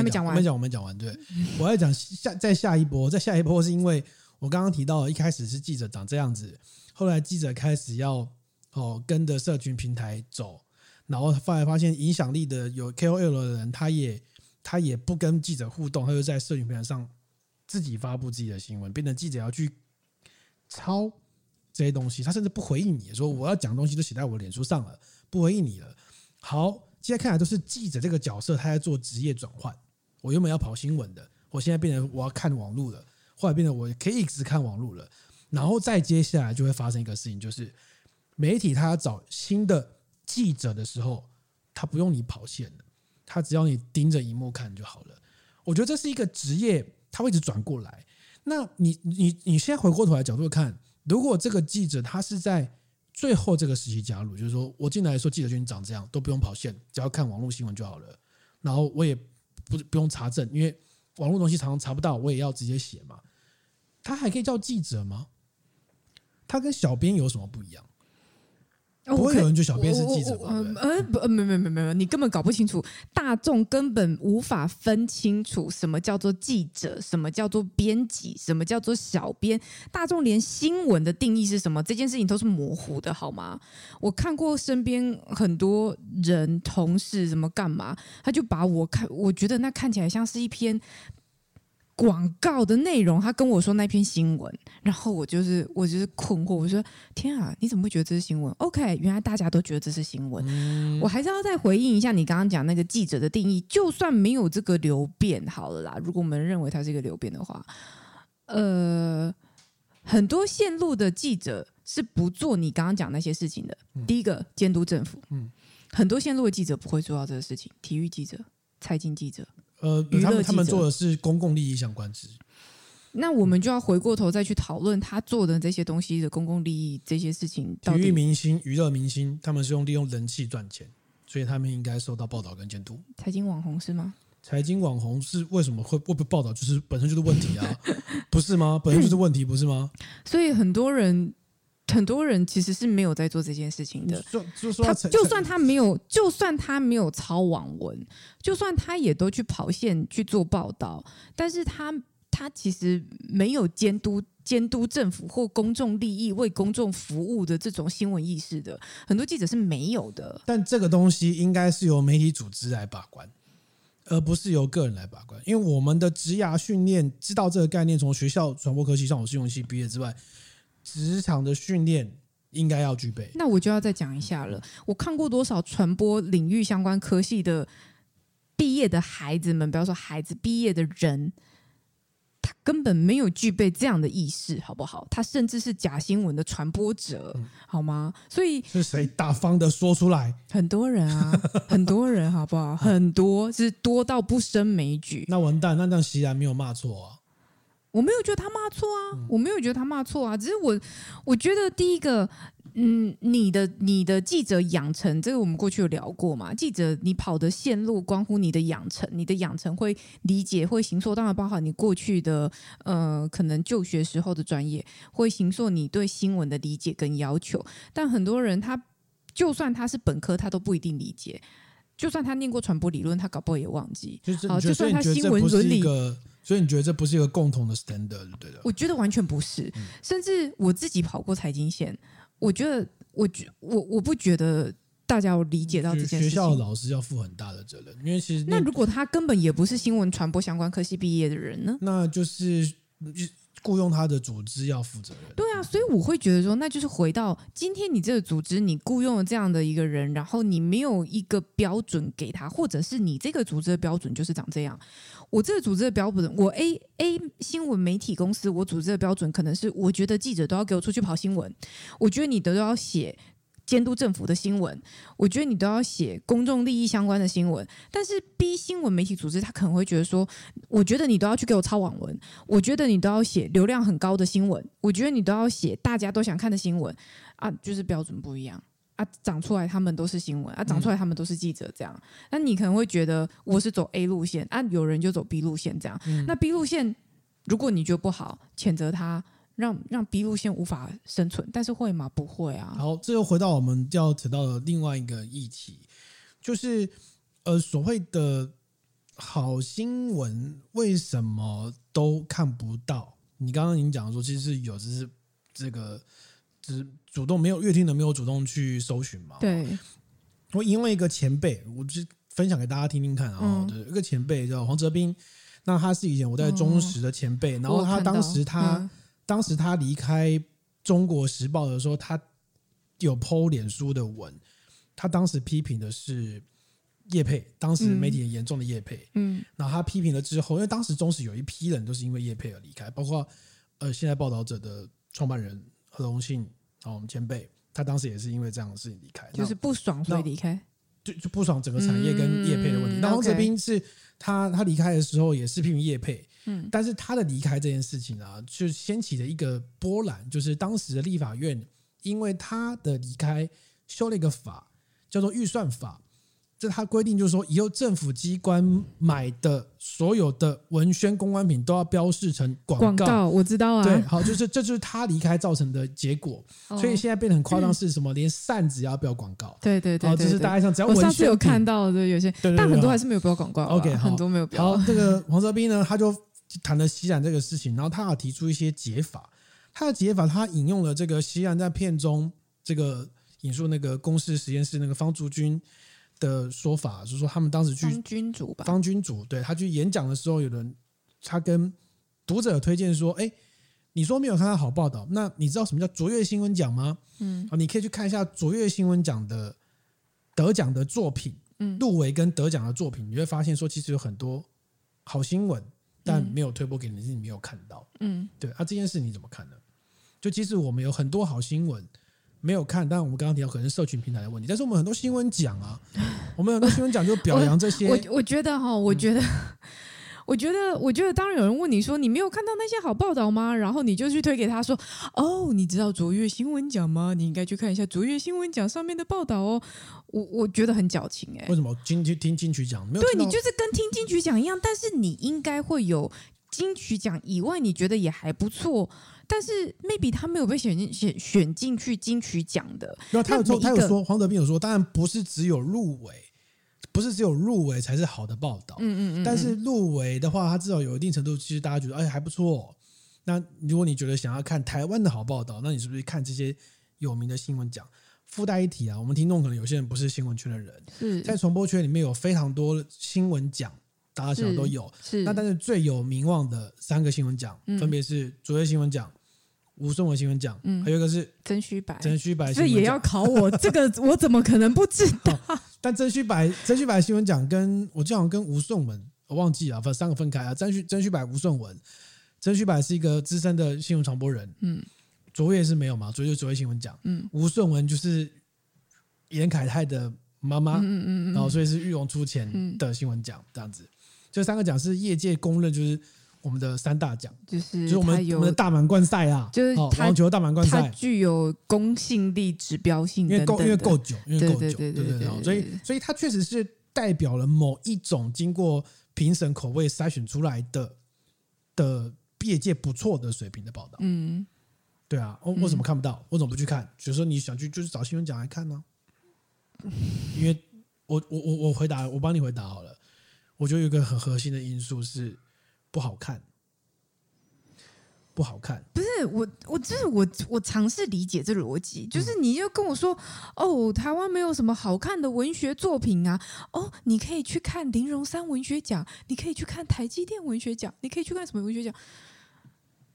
我要讲下一波是因为我刚刚提到一开始是记者长这样子，后来记者开始要跟着社群平台走，然后后来发现影响力的有 KOL 的人，他也不跟记者互动，他就在社群平台上自己发布自己的新闻，变成记者要去抄这些东西，他甚至不回应你，说我要讲东西都写在我脸书上了，不回应你了。好，现在看来都是记者这个角色他在做职业转换，我原本要跑新闻的，我现在变成我要看网络了，后来变成我可以一直看网络了，然后再接下来就会发生一个事情，就是媒体他要找新的记者的时候，他不用你跑线了，他只要你盯着荧幕看就好了。我觉得这是一个职业，他会一直转过来。那你现在回过头来角度看，如果这个记者他是在最后这个时期加入，就是说我进来说记者圈长这样，都不用跑线，只要看网络新闻就好了，然后我也不用查证，因为网络东西常常查不到，我也要直接写嘛。他还可以叫记者吗？他跟小编有什么不一样？不会有人觉得小编是记者吧？ 没，你根本搞不清楚，大众根本无法分清楚什么叫做记者，什么叫做编辑，什么叫做小编。大众连新闻的定义是什么这件事情都是模糊的，好吗？我看过身边很多人同事什么干嘛，他就把我觉得那看起来像是一篇广告的内容，他跟我说那篇新闻，然后我就是困惑，我说天啊，你怎么会觉得这是新闻 ？OK， 原来大家都觉得这是新闻。我还是要再回应一下你刚刚讲那个记者的定义，就算没有这个流变好了啦，如果我们认为它是一个流变的话，很多线路的记者是不做你刚刚讲那些事情的。第一个，监督政府，很多线路的记者不会做到这个事情，体育记者、财经记者。 他们做的是公共利益相关事， 那我们就要回过头再去讨论他做的这些东西的公共利益这些事情。 体育明星、娱乐明星，他们是利用人气赚钱，所以他们应该受到报道跟监督。 财经网红是吗？ 财经网红是为什么会被报道？就是本身就是问题啊，不是吗？本身就是问题，不是吗？ 所以很多人其实是没有在做这件事情的。就算他没有抄网文，就算他也都去跑线去做报道，但是他其实没有监督政府或公众利益、为公众服务的这种新闻意识的，很多记者是没有的。 但这个东西应该是由媒体组织来把关，而不是由个人来把关。因为我们的职涯训练知道这个概念，从学校传播科系，像我是新闻系毕业之外，职场的训练应该要具备。 那我就要再讲一下了。我看过多少传播领域相关科系的毕业的孩子们，不要说孩子，毕业的人，他根本没有具备这样的意识，好不好？他甚至是假新闻的传播者，好吗？所以是谁大方的说出来？ 很多人啊，很多人，好不好？很多是多到不胜枚举。 那完蛋，那这样席然没有骂错啊。 我没有觉得他骂错啊，我没有觉得他骂错啊，只是我觉得第一个，你的记者养成，这个我们过去有聊过嘛？记者你跑的线路关乎你的养成，你的养成会理解，会形塑，当然包含你过去的可能就学时候的专业，会形塑你对新闻的理解跟要求。但很多人他就算他是本科，他都不一定理解。就算他念过传播理论，他搞不好也忘记。就算他新闻伦理， 所以你觉得这不是一个共同的 standard， 对的？ 我觉得完全不是。甚至我自己跑过财经线，我觉得我不觉得大家有理解到这件事情。 学校的老师要负很大的责任，因为其实那如果他根本也不是新闻传播相关科系毕业的人呢？ 那就是雇佣他的组织要负责任。 对啊，所以我会觉得说，那就是回到今天你这个组织，你雇佣了这样的一个人，然后你没有一个标准给他，或者是你这个组织的标准就是长这样。我这个组织的标准，我 A 新闻媒体公司，我组织的标准可能是，我觉得记者都要给我出去跑新闻，我觉得你都要写监督政府的新闻，我觉得你都要写公众利益相关的新闻。但是 B 新闻媒体组织他可能会觉得说，我觉得你都要去给我抄网文，我觉得你都要写流量很高的新闻，我觉得你都要写大家都想看的新闻啊，就是标准不一样啊，长出来他们都是新闻啊，长出来他们都是记者这样。那你可能会觉得我是走 A 路线啊，有人就走 B 路线这样。那 B 路线如果你觉得不好，谴责他。让 B 路线无法生存，但是会吗？不会啊。 好，这又回到我们要提到的另外一个议题，就是所谓的好新闻为什么都看不到？你刚刚已经讲说，其实是有，只是这个只主动没有乐听的没有主动去搜寻嘛。 对， 我因为一个前辈，我就分享给大家听听看啊。对，一个前辈叫黄哲斌，那他是以前我在中时的前辈，然后他当时他离开中国时报的时候，他有 po 脸书的文，他当时批评的是业配，当时媒体很严重的业配，然后他批评了之后，因为当时中时有一批人都是因为业配而离开，包括现在报道者的创办人何荣信，我们前辈，他当时也是因为这样的事情离开， 就是不爽所以离开。 就不爽整个产业跟业配的问题。那黄哲斌是他离开的时候也是批评业配，但是他的离开这件事情啊，就掀起了一个波澜，就是当时的立法院因为他的离开修了一个法，叫做预算法。这他规定就是说，以后政府机关买的所有的文宣公关品都要标示成广告。 我知道啊。 对，好，这就是他离开造成的结果。所以现在变得很夸张，是什么？连扇子也要标广告。 对， 就是大家像只要文宣， 我上次有看到的有些，但很多还是没有标广告。 OK， 很多没有标。 好，这个黄哲斌呢，他就谈了西兰这个事情，然后他有提出一些解法。他的解法，他引用了这个西兰在片中这个引述那个公视实验室那个方竹君的说法，就是说他们当时去方君主对他去演讲的时候，有人他跟读者推荐说，你说没有看到好报道，那你知道什么叫卓越新闻奖吗？你可以去看一下卓越新闻奖的得奖的作品，入围跟得奖的作品，你会发现说其实有很多好新闻，但没有推播给你，是你没有看到。对啊，这件事你怎么看呢？就其实我们有很多好新闻没有看，当然我们刚刚提到可能是社群平台的问题，但是我们很多新闻奖啊，我们很多新闻奖就表扬这些。 我觉得当然有人问你说你没有看到那些好报道吗？然后你就去推给他说，你知道卓越新闻奖吗？你应该去看一下卓越新闻奖上面的报道哦。我觉得很矫情为什么听金曲奖没有？ 对，你就是跟听金曲奖一样，但是你应该会有金曲奖以外你觉得也还不错，但是 maybe 他没有被选进去金曲奖的。 他有说，黄哲斌有说，当然不是只有入围才是好的报道，但是入围的话，它至少有一定程度，其实大家觉得还不错。那如果你觉得想要看台湾的好报道，那你是不是看这些有名的新闻奖？附带一提啊，我们听众可能有些人不是新闻圈的人，在传播圈里面有非常多新闻奖，大家想都有。那但是最有名望的3个新闻奖，分别是卓越新闻奖、吴顺文新闻奖，还有一个是曾虚白这也要考我，这个我怎么可能不知道？ 但曾虚白新闻奖跟我记得好像跟吴顺文我忘记了，反正3个分开啊。曾虚白、吴顺文，曾虚白是一个资深的新闻传播人，卓越是没有嘛，卓越新闻奖，吴顺文就是严凯泰的妈妈，然后所以是玉龙出钱的新闻奖，这样子。这3个奖是业界公认就是我们的3大奖，就是我们的大满贯赛啊， 就是网球大满贯赛， 它具有公信力、指标性等等的， 因为够久，对，所以它确实是代表了某一种经过评审口味筛选出来的业界不错的水平的报道。对啊，我怎么看不到？我怎么不去看？比如说你想去就是找新闻奖来看呢？因为我回答，我帮你回答好了。我觉得有一个很核心的因素是不好看。不是我尝试理解这逻辑，就是你就跟我说台湾没有什么好看的文学作品啊，你可以去看林荣三文学奖，你可以去看台积电文学奖，你可以去看什么文学奖。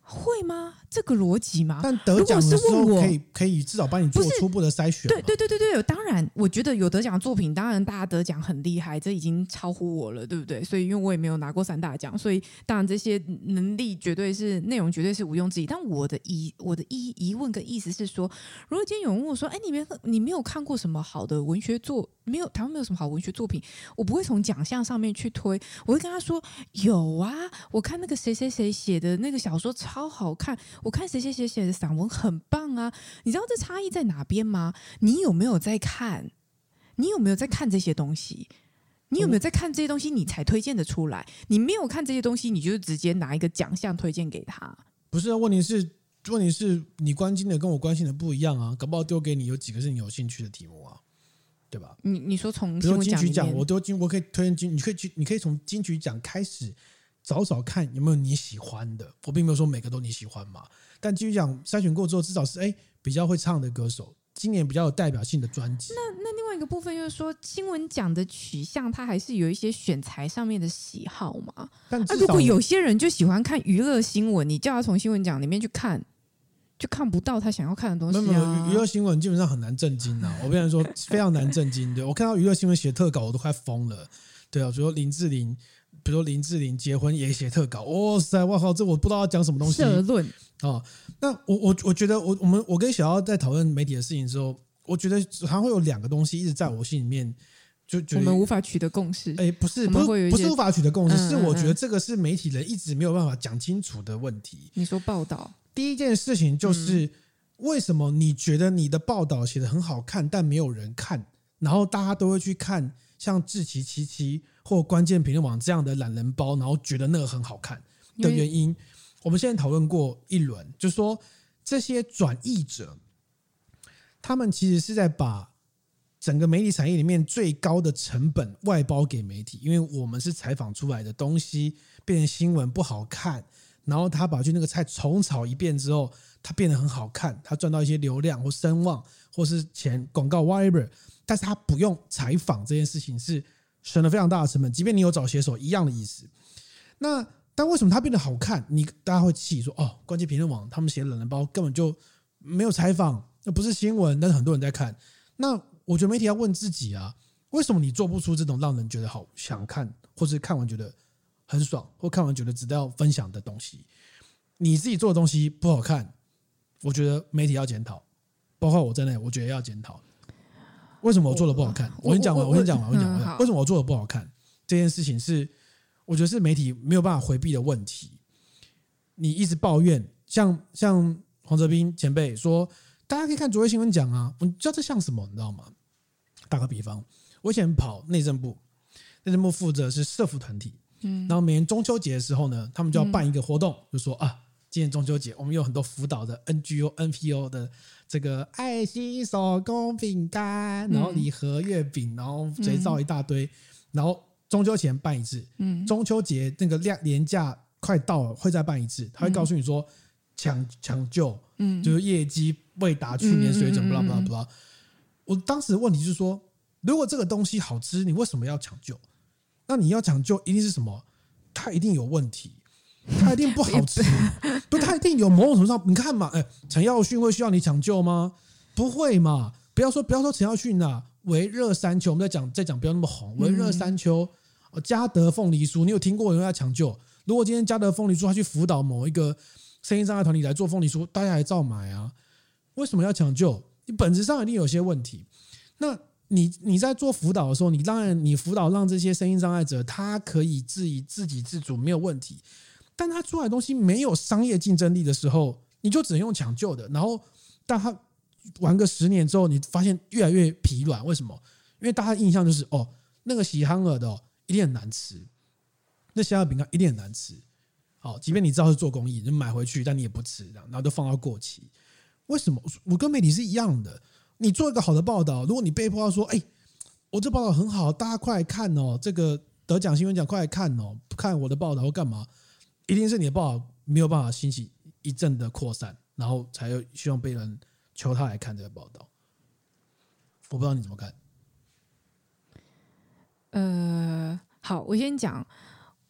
会吗？这个逻辑吗？ 但得奖的时候可以至少帮你做初步的筛选。 对，当然，我觉得有得奖作品，当然大家得奖很厉害，这已经超乎我了，对不对？所以因为我也没有拿过3大奖，所以当然这些能力绝对是内容绝对是毋庸置疑。但我的疑问跟意思是说，如果今天有人问我说，哎，你没有看过什么好的文学作？台湾没有什么好文学作品，我不会从奖项上面去推，我会跟他说有啊，我看那个谁谁谁写的那个小说超好看，我看谁谁谁写的散文很棒啊，你知道这差异在哪边吗？你有没有在看？你有没有在看这些东西？你有没有在看这些东西？你才推荐的出来。你没有看这些东西，你就直接拿一个奖项推荐给他。 不是啊，问题是你关心的跟我关心的不一样啊，搞不好丢给你有几个是你有兴趣的题目啊。对吧？ 你说从比如金曲奖，我可以推荐你可以从金曲奖开始找看有没有你喜欢的。我并没有说每个都你喜欢嘛，但金曲奖筛选过之后，至少是比较会唱的歌手，今年比较有代表性的专辑。 那另外一个部分就是说，新闻奖的取向，它还是有一些选材上面的喜好嘛。 但如果有些人就喜欢看娱乐新闻，你叫他从新闻奖里面去看。就看不到他想要看的东西娱乐新闻基本上很难震惊啊！我跟你说，非常难震惊。对，我看到娱乐新闻写特稿，我都快疯了。对啊，比如说林志玲结婚也写特稿，哇塞，哇靠，这我不知道要讲什么东西。 社论啊，那我觉得我跟小姚在讨论媒体的事情之后，我觉得好像会有2个东西一直在我心里面就觉得我们无法取得共识。 不是无法取得共识，是我觉得这个是媒体人一直没有办法讲清楚的问题。 你说报道。 第一件事情就是，为什么你觉得你的报道写得很好看，但没有人看，然后大家都会去看像志祺七七或关键评论网这样的懒人包，然后觉得那个很好看的原因？我们现在讨论过一轮，就是说这些转译者，他们其实是在把整个媒体产业里面最高的成本外包给媒体，因为我们是采访出来的东西变成新闻不好看。然后他把那个菜重炒一遍之后，它变得很好看，他赚到一些流量或声望或是钱广告 whatever， 但是他不用采访这件事情是省了非常大的成本，即便你有找写手一样的意思。但为什么它变得好看？大家会气说关键评论网他们写冷人包根本就没有采访，那不是新闻，但是很多人在看。那我觉得媒体要问自己啊，为什么你做不出这种让人觉得好想看，或是看完觉得很爽，或看完觉得值得要分享的东西？你自己做的东西不好看，我觉得媒体要检讨，包括我在内，我觉得要检讨。为什么我做的不好看？我先讲完。为什么我做的不好看？这件事情是我觉得是媒体没有办法回避的问题。你一直抱怨，像黄哲斌前辈说，大家可以看卓越新闻奖啊，你知道这像什么？你知道吗？打个比方，我以前跑内政部负责是社福团体。然后每年中秋节的时候呢，他们就要办一个活动，就说今年中秋节我们有很多辅导的 NPO 的这个爱心手工饼干，然后礼盒月饼，然后肥皂一大堆，然后中秋前办一次，中秋节那个年假快到了会再办一次，他会告诉你说抢救，就是业绩未达去年水准，blah blah blah。我当时的问题是说，如果这个东西好吃，你为什么要抢救？那你要抢救一定是什么？它一定有问题，它一定不好吃，不，它一定有某种程度上，你看嘛，陈耀迅会需要你抢救吗？不会嘛！不要说陈耀迅啊，微热山丘，我们在讲不要那么红，微热山丘，嘉德凤梨酥，你有听过有人要抢救？如果今天嘉德凤梨酥他去辅导某一个声音障碍团体来做凤梨酥，大家还照买啊？为什么要抢救？你本质上一定有些问题。那你在做辅导的时候，你辅导让这些声音障碍者他可以自给自足没有问题，但他出来的东西没有商业竞争力的时候，你就只能用抢救的。然后但他玩个10年之后，你发现越来越疲软，为什么？因为大家印象就是那个喜憨儿的一定很难吃，那香蕉饼干一定很难吃。好，即便你知道是做公益，你买回去但你也不吃，然后就放到过期。为什么？我跟媒体是一样的。你做一个好的报道，如果你被迫要说，我这报道很好，大家快来看哦，这个得奖新闻奖快来看哦，看我的报道或干嘛，一定是你的报道没有办法兴起一阵的扩散，然后才有希望被人求他来看这个报道。我不知道你怎么看。 好，我先讲。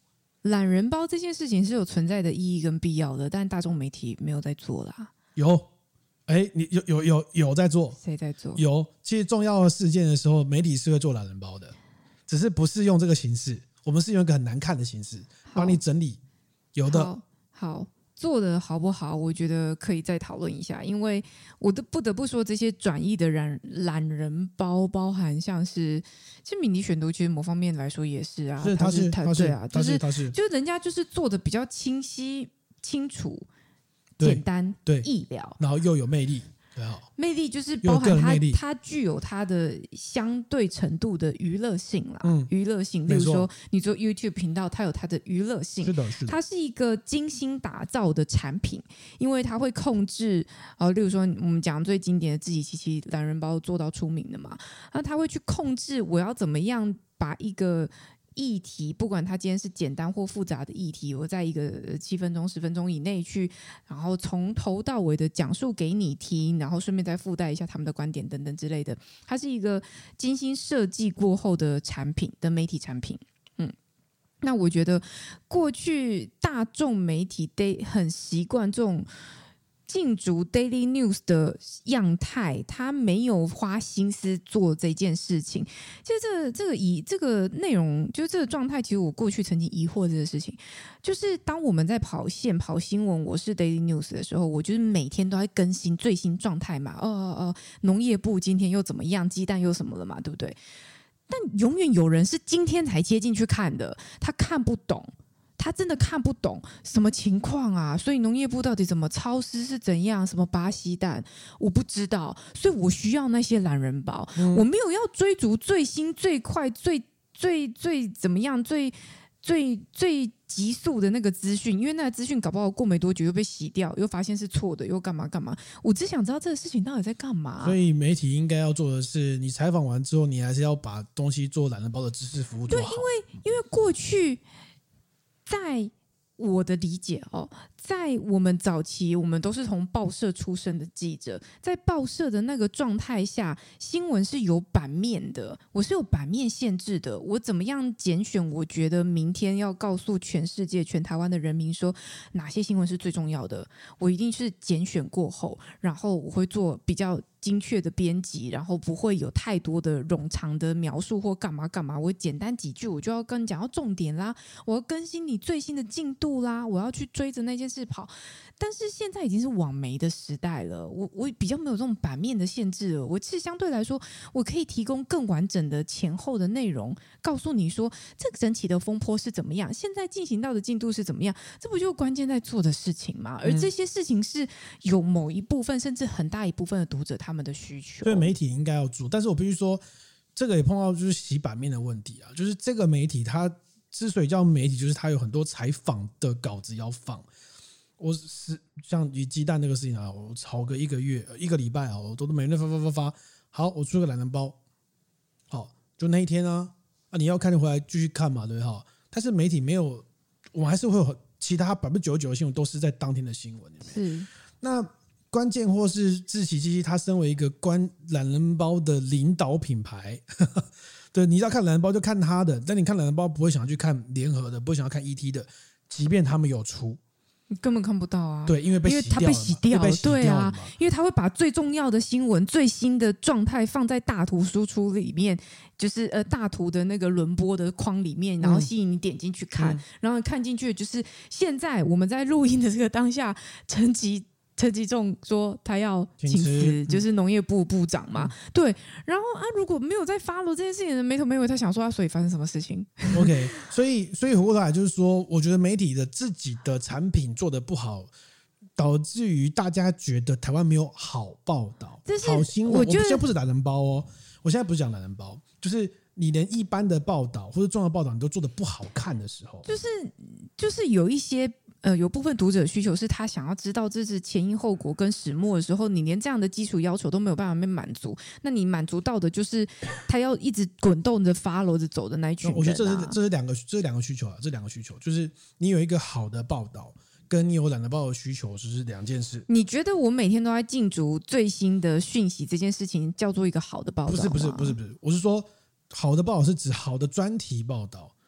懒人包这件事情是有存在的意义跟必要的，但大众媒体没有在做啦。 有，你有在做？ 谁在做？ 有，其实重要的事件的时候，媒体是会做懒人包的，只是不是用这个形式，我们是用一个很难看的形式帮你整理。有的好做的好不好，我觉得可以再讨论一下，因为我不得不说，这些转译的懒人包，包含像是，其实敏迪选读，其实某方面来说也是啊， 他是对啊，就是人家就是做的比较清晰、清楚、简单、 对易了， 然后又有魅力。 魅力就是包含它具有它的相对程度的娱乐性啦，娱乐性，例如说你做 YouTube 频道，它有它的娱乐性， 是的， 它是一个精心打造的产品，因为它会控制，例如说我们讲最经典的自己七七懒人包做到出名的嘛，那它会去控制我要怎么样把一个议题，不管它今天是简单或复杂的议题，我在一个7分钟、10分钟以内去，然后从头到尾的讲述给你听，然后顺便再附带一下他们的观点等等之类的。它是一个精心设计过后的产品的媒体产品。那我觉得过去大众媒体很习惯这种竞逐 Daily News 的样态，他没有花心思做这件事情。其实这个内容，就是这个状态，其实我过去曾经疑惑这个事情，就是当我们在跑线、跑新闻，我是 Daily News 的时候，我就是每天都在更新最新状态嘛。农业部今天又怎么样，鸡蛋又什么了嘛，对不对？但永远有人是今天才接进去看的，他看不懂。他真的看不懂什么情况啊，所以农业部到底怎么超支是怎样，什么巴西蛋我不知道，所以我需要那些懒人包，我没有要追逐最新最快最怎么样最急速的那个资讯，因为那个资讯搞不好过没多久又被洗掉，又发现是错的，又干嘛，我只想知道这个事情到底在干嘛。 所以媒体应该要做的是，你采访完之后，你还是要把东西做懒人包的知识服务做好。 对，因为过去在我的理解在我们早期，我们都是从报社出身的记者，在报社的那个状态下，新闻是有版面的，我是有版面限制的。我怎么样拣选？我觉得明天要告诉全世界、全台湾的人民说哪些新闻是最重要的，我一定是拣选过后，然后我会做比较精确的编辑，然后不会有太多的冗长的描述或干嘛，我简单几句我就要跟你讲到重点啦，我要更新你最新的进度啦，我要去追着那件事跑。但是现在已经是网媒的时代了，我比较没有这种版面的限制了，我其实相对来说我可以提供更完整的前后的内容，告诉你说这个整体的风波是怎么样，现在进行到的进度是怎么样，这不就是关键在做的事情吗？而这些事情是有某一部分甚至很大一部分的读者他们的需求， 对媒体应该要做。但是我必须说，这个也碰到就是洗版面的问题啊，就是这个媒体它之所以叫媒体，就是它有很多采访的稿子要放。我是像以鸡蛋那个事情啊，我炒个1个月、1个礼拜啊，我都每天发。好，我出个懒人包，好，就那一天啊，你要看就回来继续看嘛，对哈。但是媒体没有，我们还是会有其他99%的新闻都是在当天的新闻里面。 是， 那关键或是志祺七七，他身为一个懒人包的领导品牌，对，你要看懒人包就看他的，但你看懒人包不会想要去看联合的，不会想要看 ET 的，即便他们有出。 你根本看不到啊！ 对，因为它被洗掉了，对啊，因为它会把最重要的新闻、最新的状态放在大图输出里面，就是大图的那个轮播的框里面，然后吸引你点进去看，然后看进去就是现在我们在录音的这个当下，陈吉仲说他要请辞，就是农业部部长嘛，对。然后如果没有在follow这件事情的没头没尾，他想说所以发生什么事情 ？OK， 所以回过头来就是说，我觉得媒体的自己的产品做得不好，导致于大家觉得台湾没有好报道、好新闻。我现在不是懒人包哦，我现在不是讲懒人包，就是你连一般的报道或者重要报道你都做得不好看的时候， 就是有一些。有部分读者需求是他想要知道这是前因后果跟始末的时候，你连这样的基础要求都没有办法被满足，那你满足到的就是他要一直滚动着 follow 着走的那一群人、啊。 我觉得这是两个需求啊，这两个需求就是你有一个好的报道，跟你有懒人包的需求是两件事。 你觉得我每天都在竞逐最新的讯息这件事情叫做一个好的报道吗？ 不是，我是说好的报道是指好的专题报道。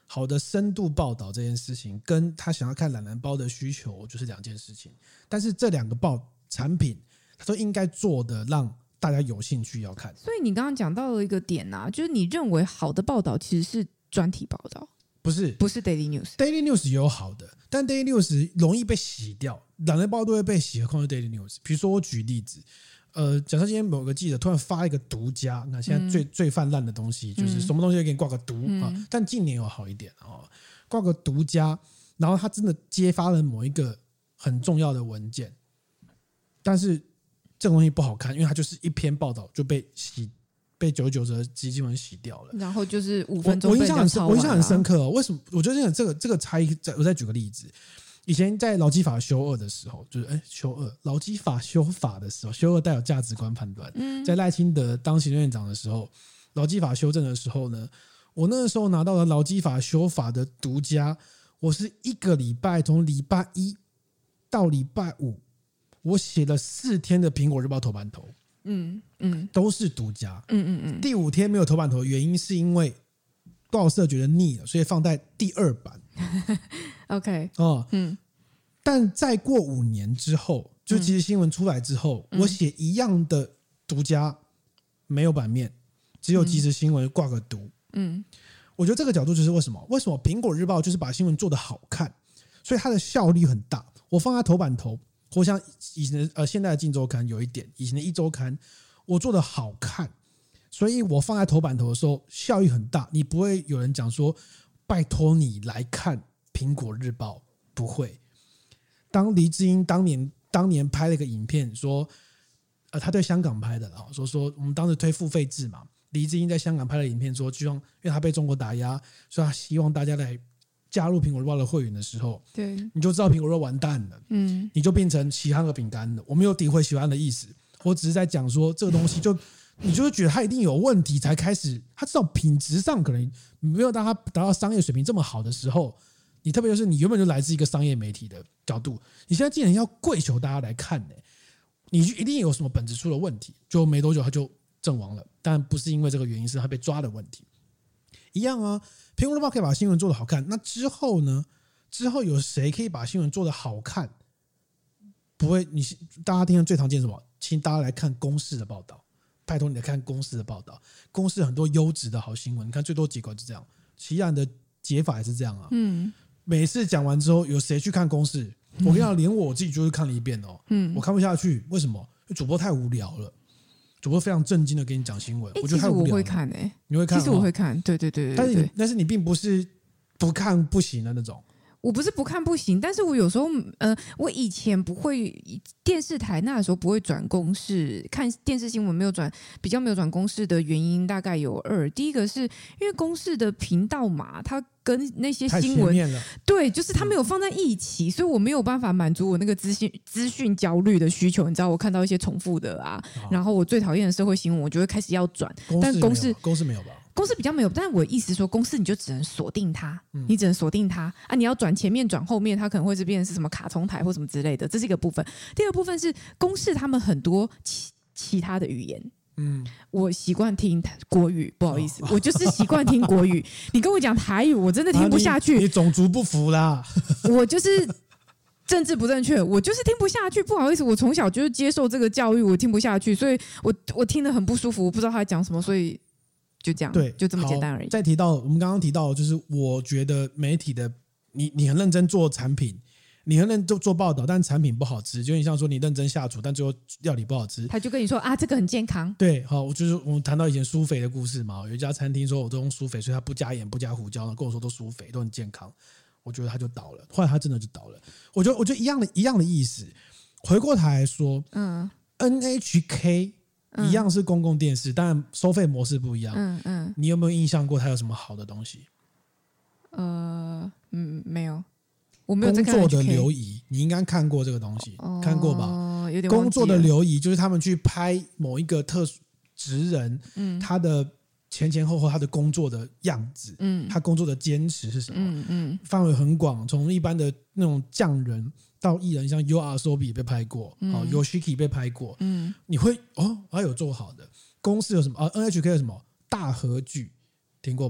好的深度报道这件事情，跟他想要看懒人包的需求就是两件事情。但是这两个产品，他都应该做的让大家有兴趣要看。 所以你刚刚讲到了一个点啊，就是你认为好的报道其实是专题报道，不是 Daily News。Daily News 也有好的，但 Daily News 容易被洗掉，懒人包都会被洗，何况是 Daily News。比如说我举例子。假设今天某个记者突然发一个独家，那现在最泛滥的东西就是什么东西给你挂个独啊，但近年有好一点挂个独家，然后他真的揭发了某一个很重要的文件，但是这个东西不好看，因为它就是一篇报道就被99折基金文洗掉了， 然后就是5分钟我印象很深刻为什么？我觉得这个差异，我再举个例子。以前在劳基法修2的时候，就是劳基法修法的时候，修2带有价值观判断。在赖清德当行政院长的时候，劳基法修正的时候呢，我那个时候拿到了劳基法修法的独家，我是一个礼拜从礼拜1到礼拜5，我写了4天的苹果日报头版头，都是独家，第5天没有头版头，原因是因为报社觉得腻了，所以放在第2版。 OK， 但再过5年之后，就其实新闻出来之后，我写一样的独家，没有版面，只有即时新闻挂个独。我觉得这个角度就是为什么苹果日报就是把新闻做得好看，所以它的效率很大。我放在头版头，或像以前的现在的镜周刊有一点，以前的一周刊我做得好看，所以我放在头版头的时候效益很大。你不会有人讲说拜托你来看苹果日报，不会。当黎智英当年拍了一个影片说，他对香港拍的，说我们当时推付费制嘛，黎智英在香港拍了影片说，希望因为他被中国打压，所以他希望大家来加入苹果日报的会员的时候， 对， 你就知道苹果日报完蛋了，你就变成喜憨和饼干了。我没有诋毁喜憨的意思，我只是在讲说这个东西你就会觉得它一定有问题才开始，它至少品质上可能没有让它达到商业水平这么好的时候，你特别就是你原本就来自一个商业媒体的角度，你现在竟然要跪求大家来看你就一定有什么本质出了问题，就没多久它就阵亡了。但不是因为这个原因，是它被抓的问题。一样啊，苹果日报可以把新闻做得好看，那之后呢？之后有谁可以把新闻做得好看？不会，大家听到最常见什么？请大家来看公视的报道。拜托你来看公视的报道，公视很多优质的好新闻，你看最多结果是这样，奇案的解法也是这样啊。每次讲完之后，有谁去看公视？我跟你讲，连我自己就是看了一遍我看不下去，为什么？因为主播太无聊了，主播非常正经的跟你讲新闻，我觉得太无聊了。 其实我会看你会看？ 其实我会看，对。 但是你并不是不看不行的那种。 我不是不看不行，但是我有时候，我以前不会电视台那时候不会转公视，看电视新闻比较没有转公视的原因大概有2。第一个是因为公视的频道嘛，它跟那些新闻对，就是它没有放在一起，所以我没有办法满足我那个资讯焦虑的需求。你知道，我看到一些重复的然后我最讨厌的社会新闻，我就会开始要转。但公视没有吧？ 公司比较没有，但是我意思说，公司你就只能锁定它，你只能锁定它你要转前面转后面，它可能会是变成是什么卡通台或什么之类的，这是一个部分。第二部分是公视他们很多其他的语言，我习惯听国语，不好意思，我就是习惯听国语。你跟我讲台语，我真的听不下去。 你种族不符啦， 我就是政治不正确，我就是听不下去。不好意思，我从小就是接受这个教育，我听不下去，所以我听得很不舒服，我不知道他在讲什么，所以。就这样，对，就这么简单而已。 再提到我们刚刚提到，就是我觉得媒体的你很认真做产品，你很认真做报道，但产品不好吃，就有点像说你认真下厨，但最后料理不好吃。 他就跟你说这个很健康。 对，好，我们谈到以前舒肥的故事嘛，有一家餐厅说我都用舒肥，所以他不加盐不加胡椒，跟我说都舒肥都很健康，我觉得他就倒了。后来他真的就倒了。我觉得一样的意思。回过头来说，NHK。一样是公共电视，但收费模式不一样。你有没有印象过它有什么好的东西？ 没有，我没有在看 NHK。工作的流仪，你应该看过这个东西，看过吧？ 有点工作的流仪就是他们去拍某一个特殊职人，他的前后他的工作的样子，他工作的坚持是什么？范围很广，从一般的那种匠人。到艺人，像 U.R.SOBI 也被拍过，Yoshiki 被拍过，你会还有做好的公司有什么？NHK 有什么大河剧听过吧？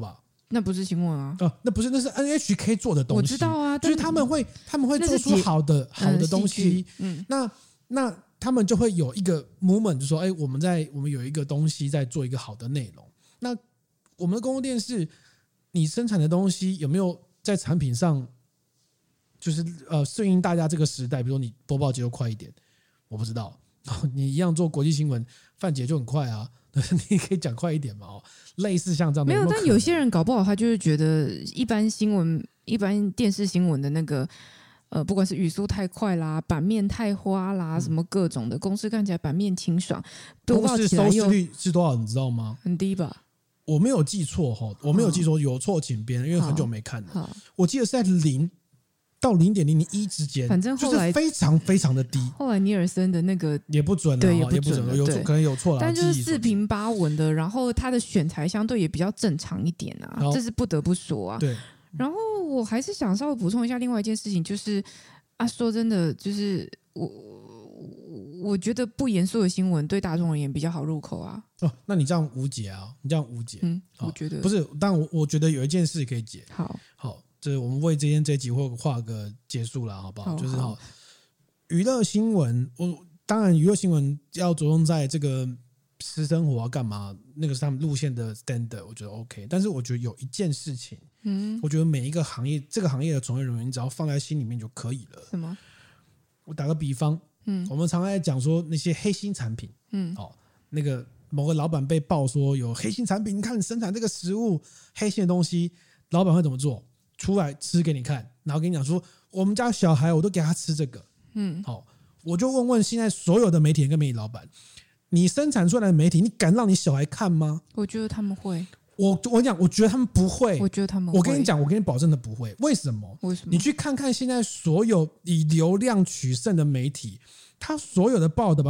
那不是新闻啊。 那不是，那是 NHK 做的东西。 我知道啊， 就是他们会做出好的东西。那他们就会有一个 movement， 就说，我们有一个东西在做一个好的内容。那我们的公共电视，你生产的东西有没有在产品上，就是顺应大家这个时代？比如说你播报节奏快一点，我不知道。你一样做国际新闻，范姐就很快啊，你可以讲快一点嘛。类似像这样的没有，但有些人搞不好他就是觉得一般新闻、一般电视新闻的那个不管是语速太快啦、版面太花啦，什么各种的，公司看起来版面清爽，播报起来收视率是多少？你知道吗？ 很低吧？ 我没有记错我没有记错，有错请编，因为很久没看了。我记得是在0到0.001之间， 反正后来就是非常非常的低。 后来尼尔森的那个也不准， 对， 也不准，有错可能有错了， 但就是四平八稳的，然后他的选材相对也比较正常一点啊，这是不得不说啊。 对。 然后我还是想稍微补充一下另外一件事情，就是说真的，就是我觉得不严肃的新闻对大众而言比较好入口啊。 那你这样无解啊？你这样无解？ 我觉得不是，但我觉得有一件事可以解。 好， 就是我们为这集或画个结束了，好不好？就是娱乐新闻，当然娱乐新闻要着重在这个私生活要干嘛，那个是他们路线的 standard， 我觉得 OK。但是我觉得有一件事情，我觉得每一个行业，这个行业的从业人员，你只要放在心里面就可以了。 什么？ 我打个比方，我们常在讲说那些黑心产品，那个某个老板被爆说有黑心产品，你看你生产这个食物黑心的东西，老板会怎么做？出来吃给你看，然后跟你讲说，我们家小孩我都给他吃这个。我就问现在所有的媒体人跟媒体老板，你生产出来的媒体，你敢让你小孩看吗？ 我觉得他们会。 我讲，我觉得他们不会。 我觉得他们会。 我跟你讲，我跟你保证的不会。为什么？你去看看现在所有以流量取胜的媒体，他所有的报道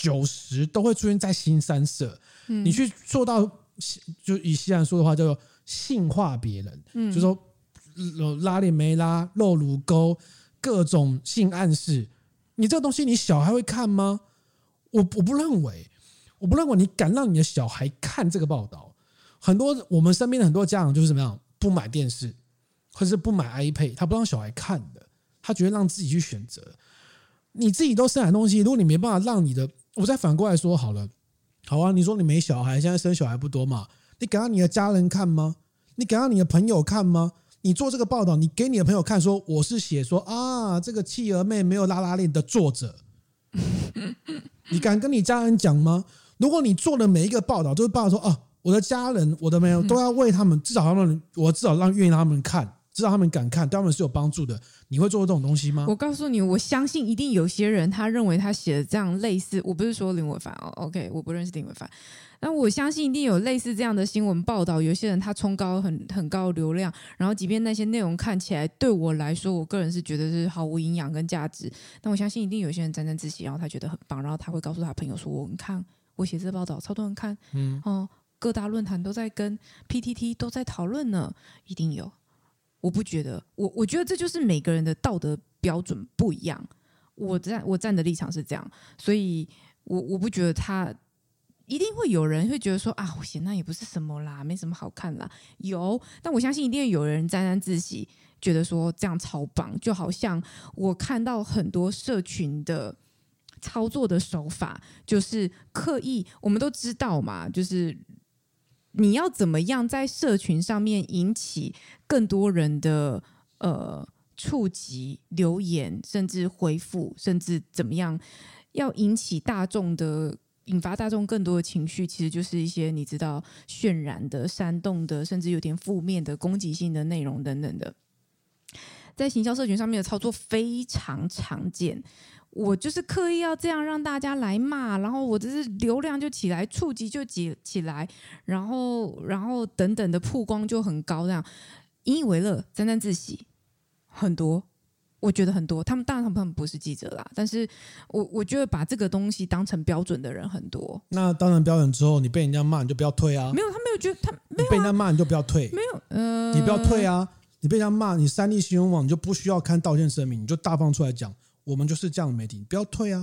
90%都会出现在新三社。你去做到，就以西兰说的话，叫做性化别人，就说拉链没拉、露乳沟、各种性暗示，你这个东西你小孩会看吗？我不认为，你敢让你的小孩看这个报道？很多我们身边的很多家长就是怎么样，不买电视，或者是不买 iPad， 他不让小孩看的，他觉得让自己去选择。你自己都生产东西，如果你没办法让你的，我再反过来说好了，好啊，你说你没小孩，现在生小孩不多嘛？你敢让你的家人看吗？你敢让你的朋友看吗？你做这个报道，你给你的朋友看说，我是写说这个企鹅妹没有拉拉链的作者，你敢跟你家人讲吗？如果你做的每一个报道都是报道说我的家人、我的朋友都要为他们，至少愿意让他们看，至少他们敢看，对他们是有帮助的。你会做这种东西吗？ 我告诉你，我相信一定有些人他认为他写的这样类似，我不是说林伟凡OK， 我不认识林伟凡。那我相信一定有类似这样的新闻报道，有些人他冲高很高流量，然后即便那些内容看起来对我来说，我个人是觉得是毫无营养跟价值，但我相信一定有些人沾沾自喜，然后他觉得很棒，然后他会告诉他朋友说：“你看我写这个报道，超多人看，各大论坛都在跟 PTT 都在讨论呢，一定有。”我不觉得，我觉得这就是每个人的道德标准不一样。我站的立场是这样，所以我不觉得他一定会有人会觉得说我写那也不是什么啦，没什么好看啦。有，但我相信一定有人沾沾自喜，觉得说这样超棒。就好像我看到很多社群的操作的手法，就是刻意，我们都知道嘛，就是你要怎么样在社群上面引起更多人的触及、留言，甚至回复，甚至怎么样，要引起大众的。引发大众更多的情绪，其实就是一些你知道渲染的、煽动的，甚至有点负面的、攻击性的内容等等的，在行销社群上面的操作非常常见。我就是刻意要这样让大家来骂，然后我这是流量就起来，触及就起来，然后等等的曝光就很高，这样引以为乐、沾沾自喜，很多。我觉得很多，他们当然他们不是记者啦，但是我觉得把这个东西当成标准的人很多。 那当然标准之后，你被人家骂你就不要退啊。 没有，他没有觉得他没有、 被人家骂你就不要退。 没有， 你不要退啊！你被人家骂，你3立新闻网你就不需要看道歉声明，你就大方出来讲，我们就是这样的媒体，你不要退啊。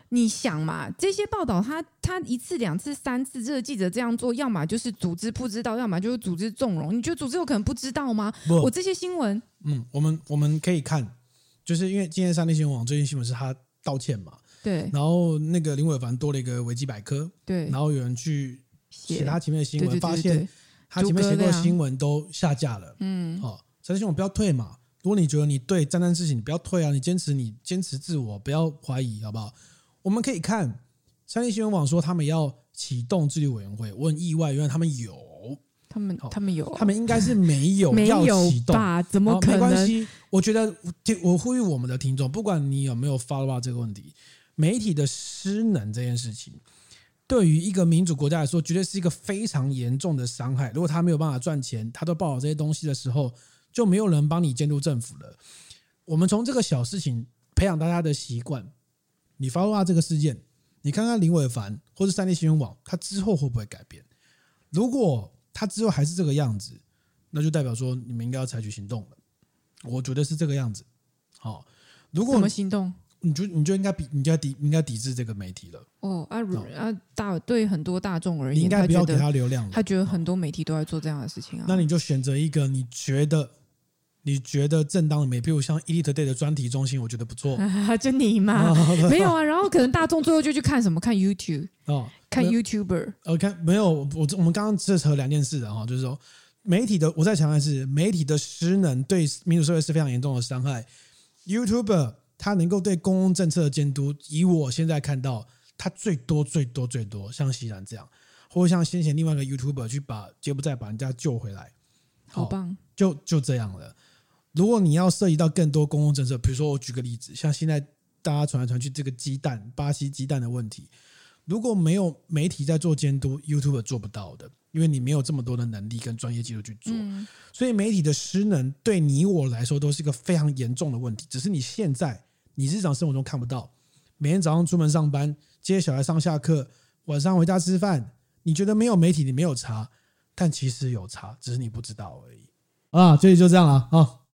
你想嘛，这些报道他一次两次三次，这个记者这样做，要么就是组织不知道，要么就是组织纵容。你觉得组织有可能不知道吗？我这些新闻， 我们可以看，就是因为今天三立新闻网最近新闻是他道歉嘛， 对， 然后那个林伟凡多了一个维基百科， 对， 然后有人去写他前面的新闻， 对发现他前面写过的新闻都下架了。三立新闻不要退嘛，如果你觉得你对沾沾自喜，你不要退啊，你坚持自我，不要怀疑，好不好？我们可以看三立新闻网说他们要启动自律委员会，我很意外，原来他们有。 他们有， 他们应该是没有要启动吧？怎么可能？ 没关系，我觉得我呼吁我们的听众，不管你有没有 follow up 这个问题，媒体的失能这件事情，对于一个民主国家来说，绝对是一个非常严重的伤害。如果他没有办法赚钱，他都报道这些东西的时候，就没有人帮你监督政府了。我们从这个小事情培养大家的习惯。你 follow up 这个事件，你看看林伟凡或是三立新闻网，他之后会不会改变？如果他之后还是这个样子，那就代表说你们应该要采取行动了。我觉得是这个样子。好，如果什么行动？ 你就应该抵制这个媒体了。 对很多大众而言， 你应该不要给他流量了。 他觉得很多媒体都在做这样的事情啊。 那你就选择一个你觉得正当的媒体，比如像 EliteDay 的专题中心，我觉得不错。 就你嘛，没有啊。然后可能大众最后就去看什么？看 YouTube 看 YouTuber。 没有，我们刚刚扯2件事的哈，就是说媒体的，我再强调一次，媒体的失能对民主社会是非常严重的伤害。YouTuber 他能够对公共政策的监督，以我现在看到，他最多像西兰这样，或者像先前另外一个 YouTuber 去把柬埔寨把人家救回来， 好棒， 就这样了。如果你要涉及到更多公共政策，比如说我举个例子，像现在大家传来传去这个巴西鸡蛋的问题，如果没有媒体在做监督 ，YouTube 做不到的，因为你没有这么多的能力跟专业技术去做，所以媒体的失能对你我来说都是一个非常严重的问题。只是你现在你日常生活中看不到，每天早上出门上班，接小孩上下课，晚上回家吃饭，你觉得没有媒体你没有差，但其实有差，只是你不知道而已。这里就这样了啊。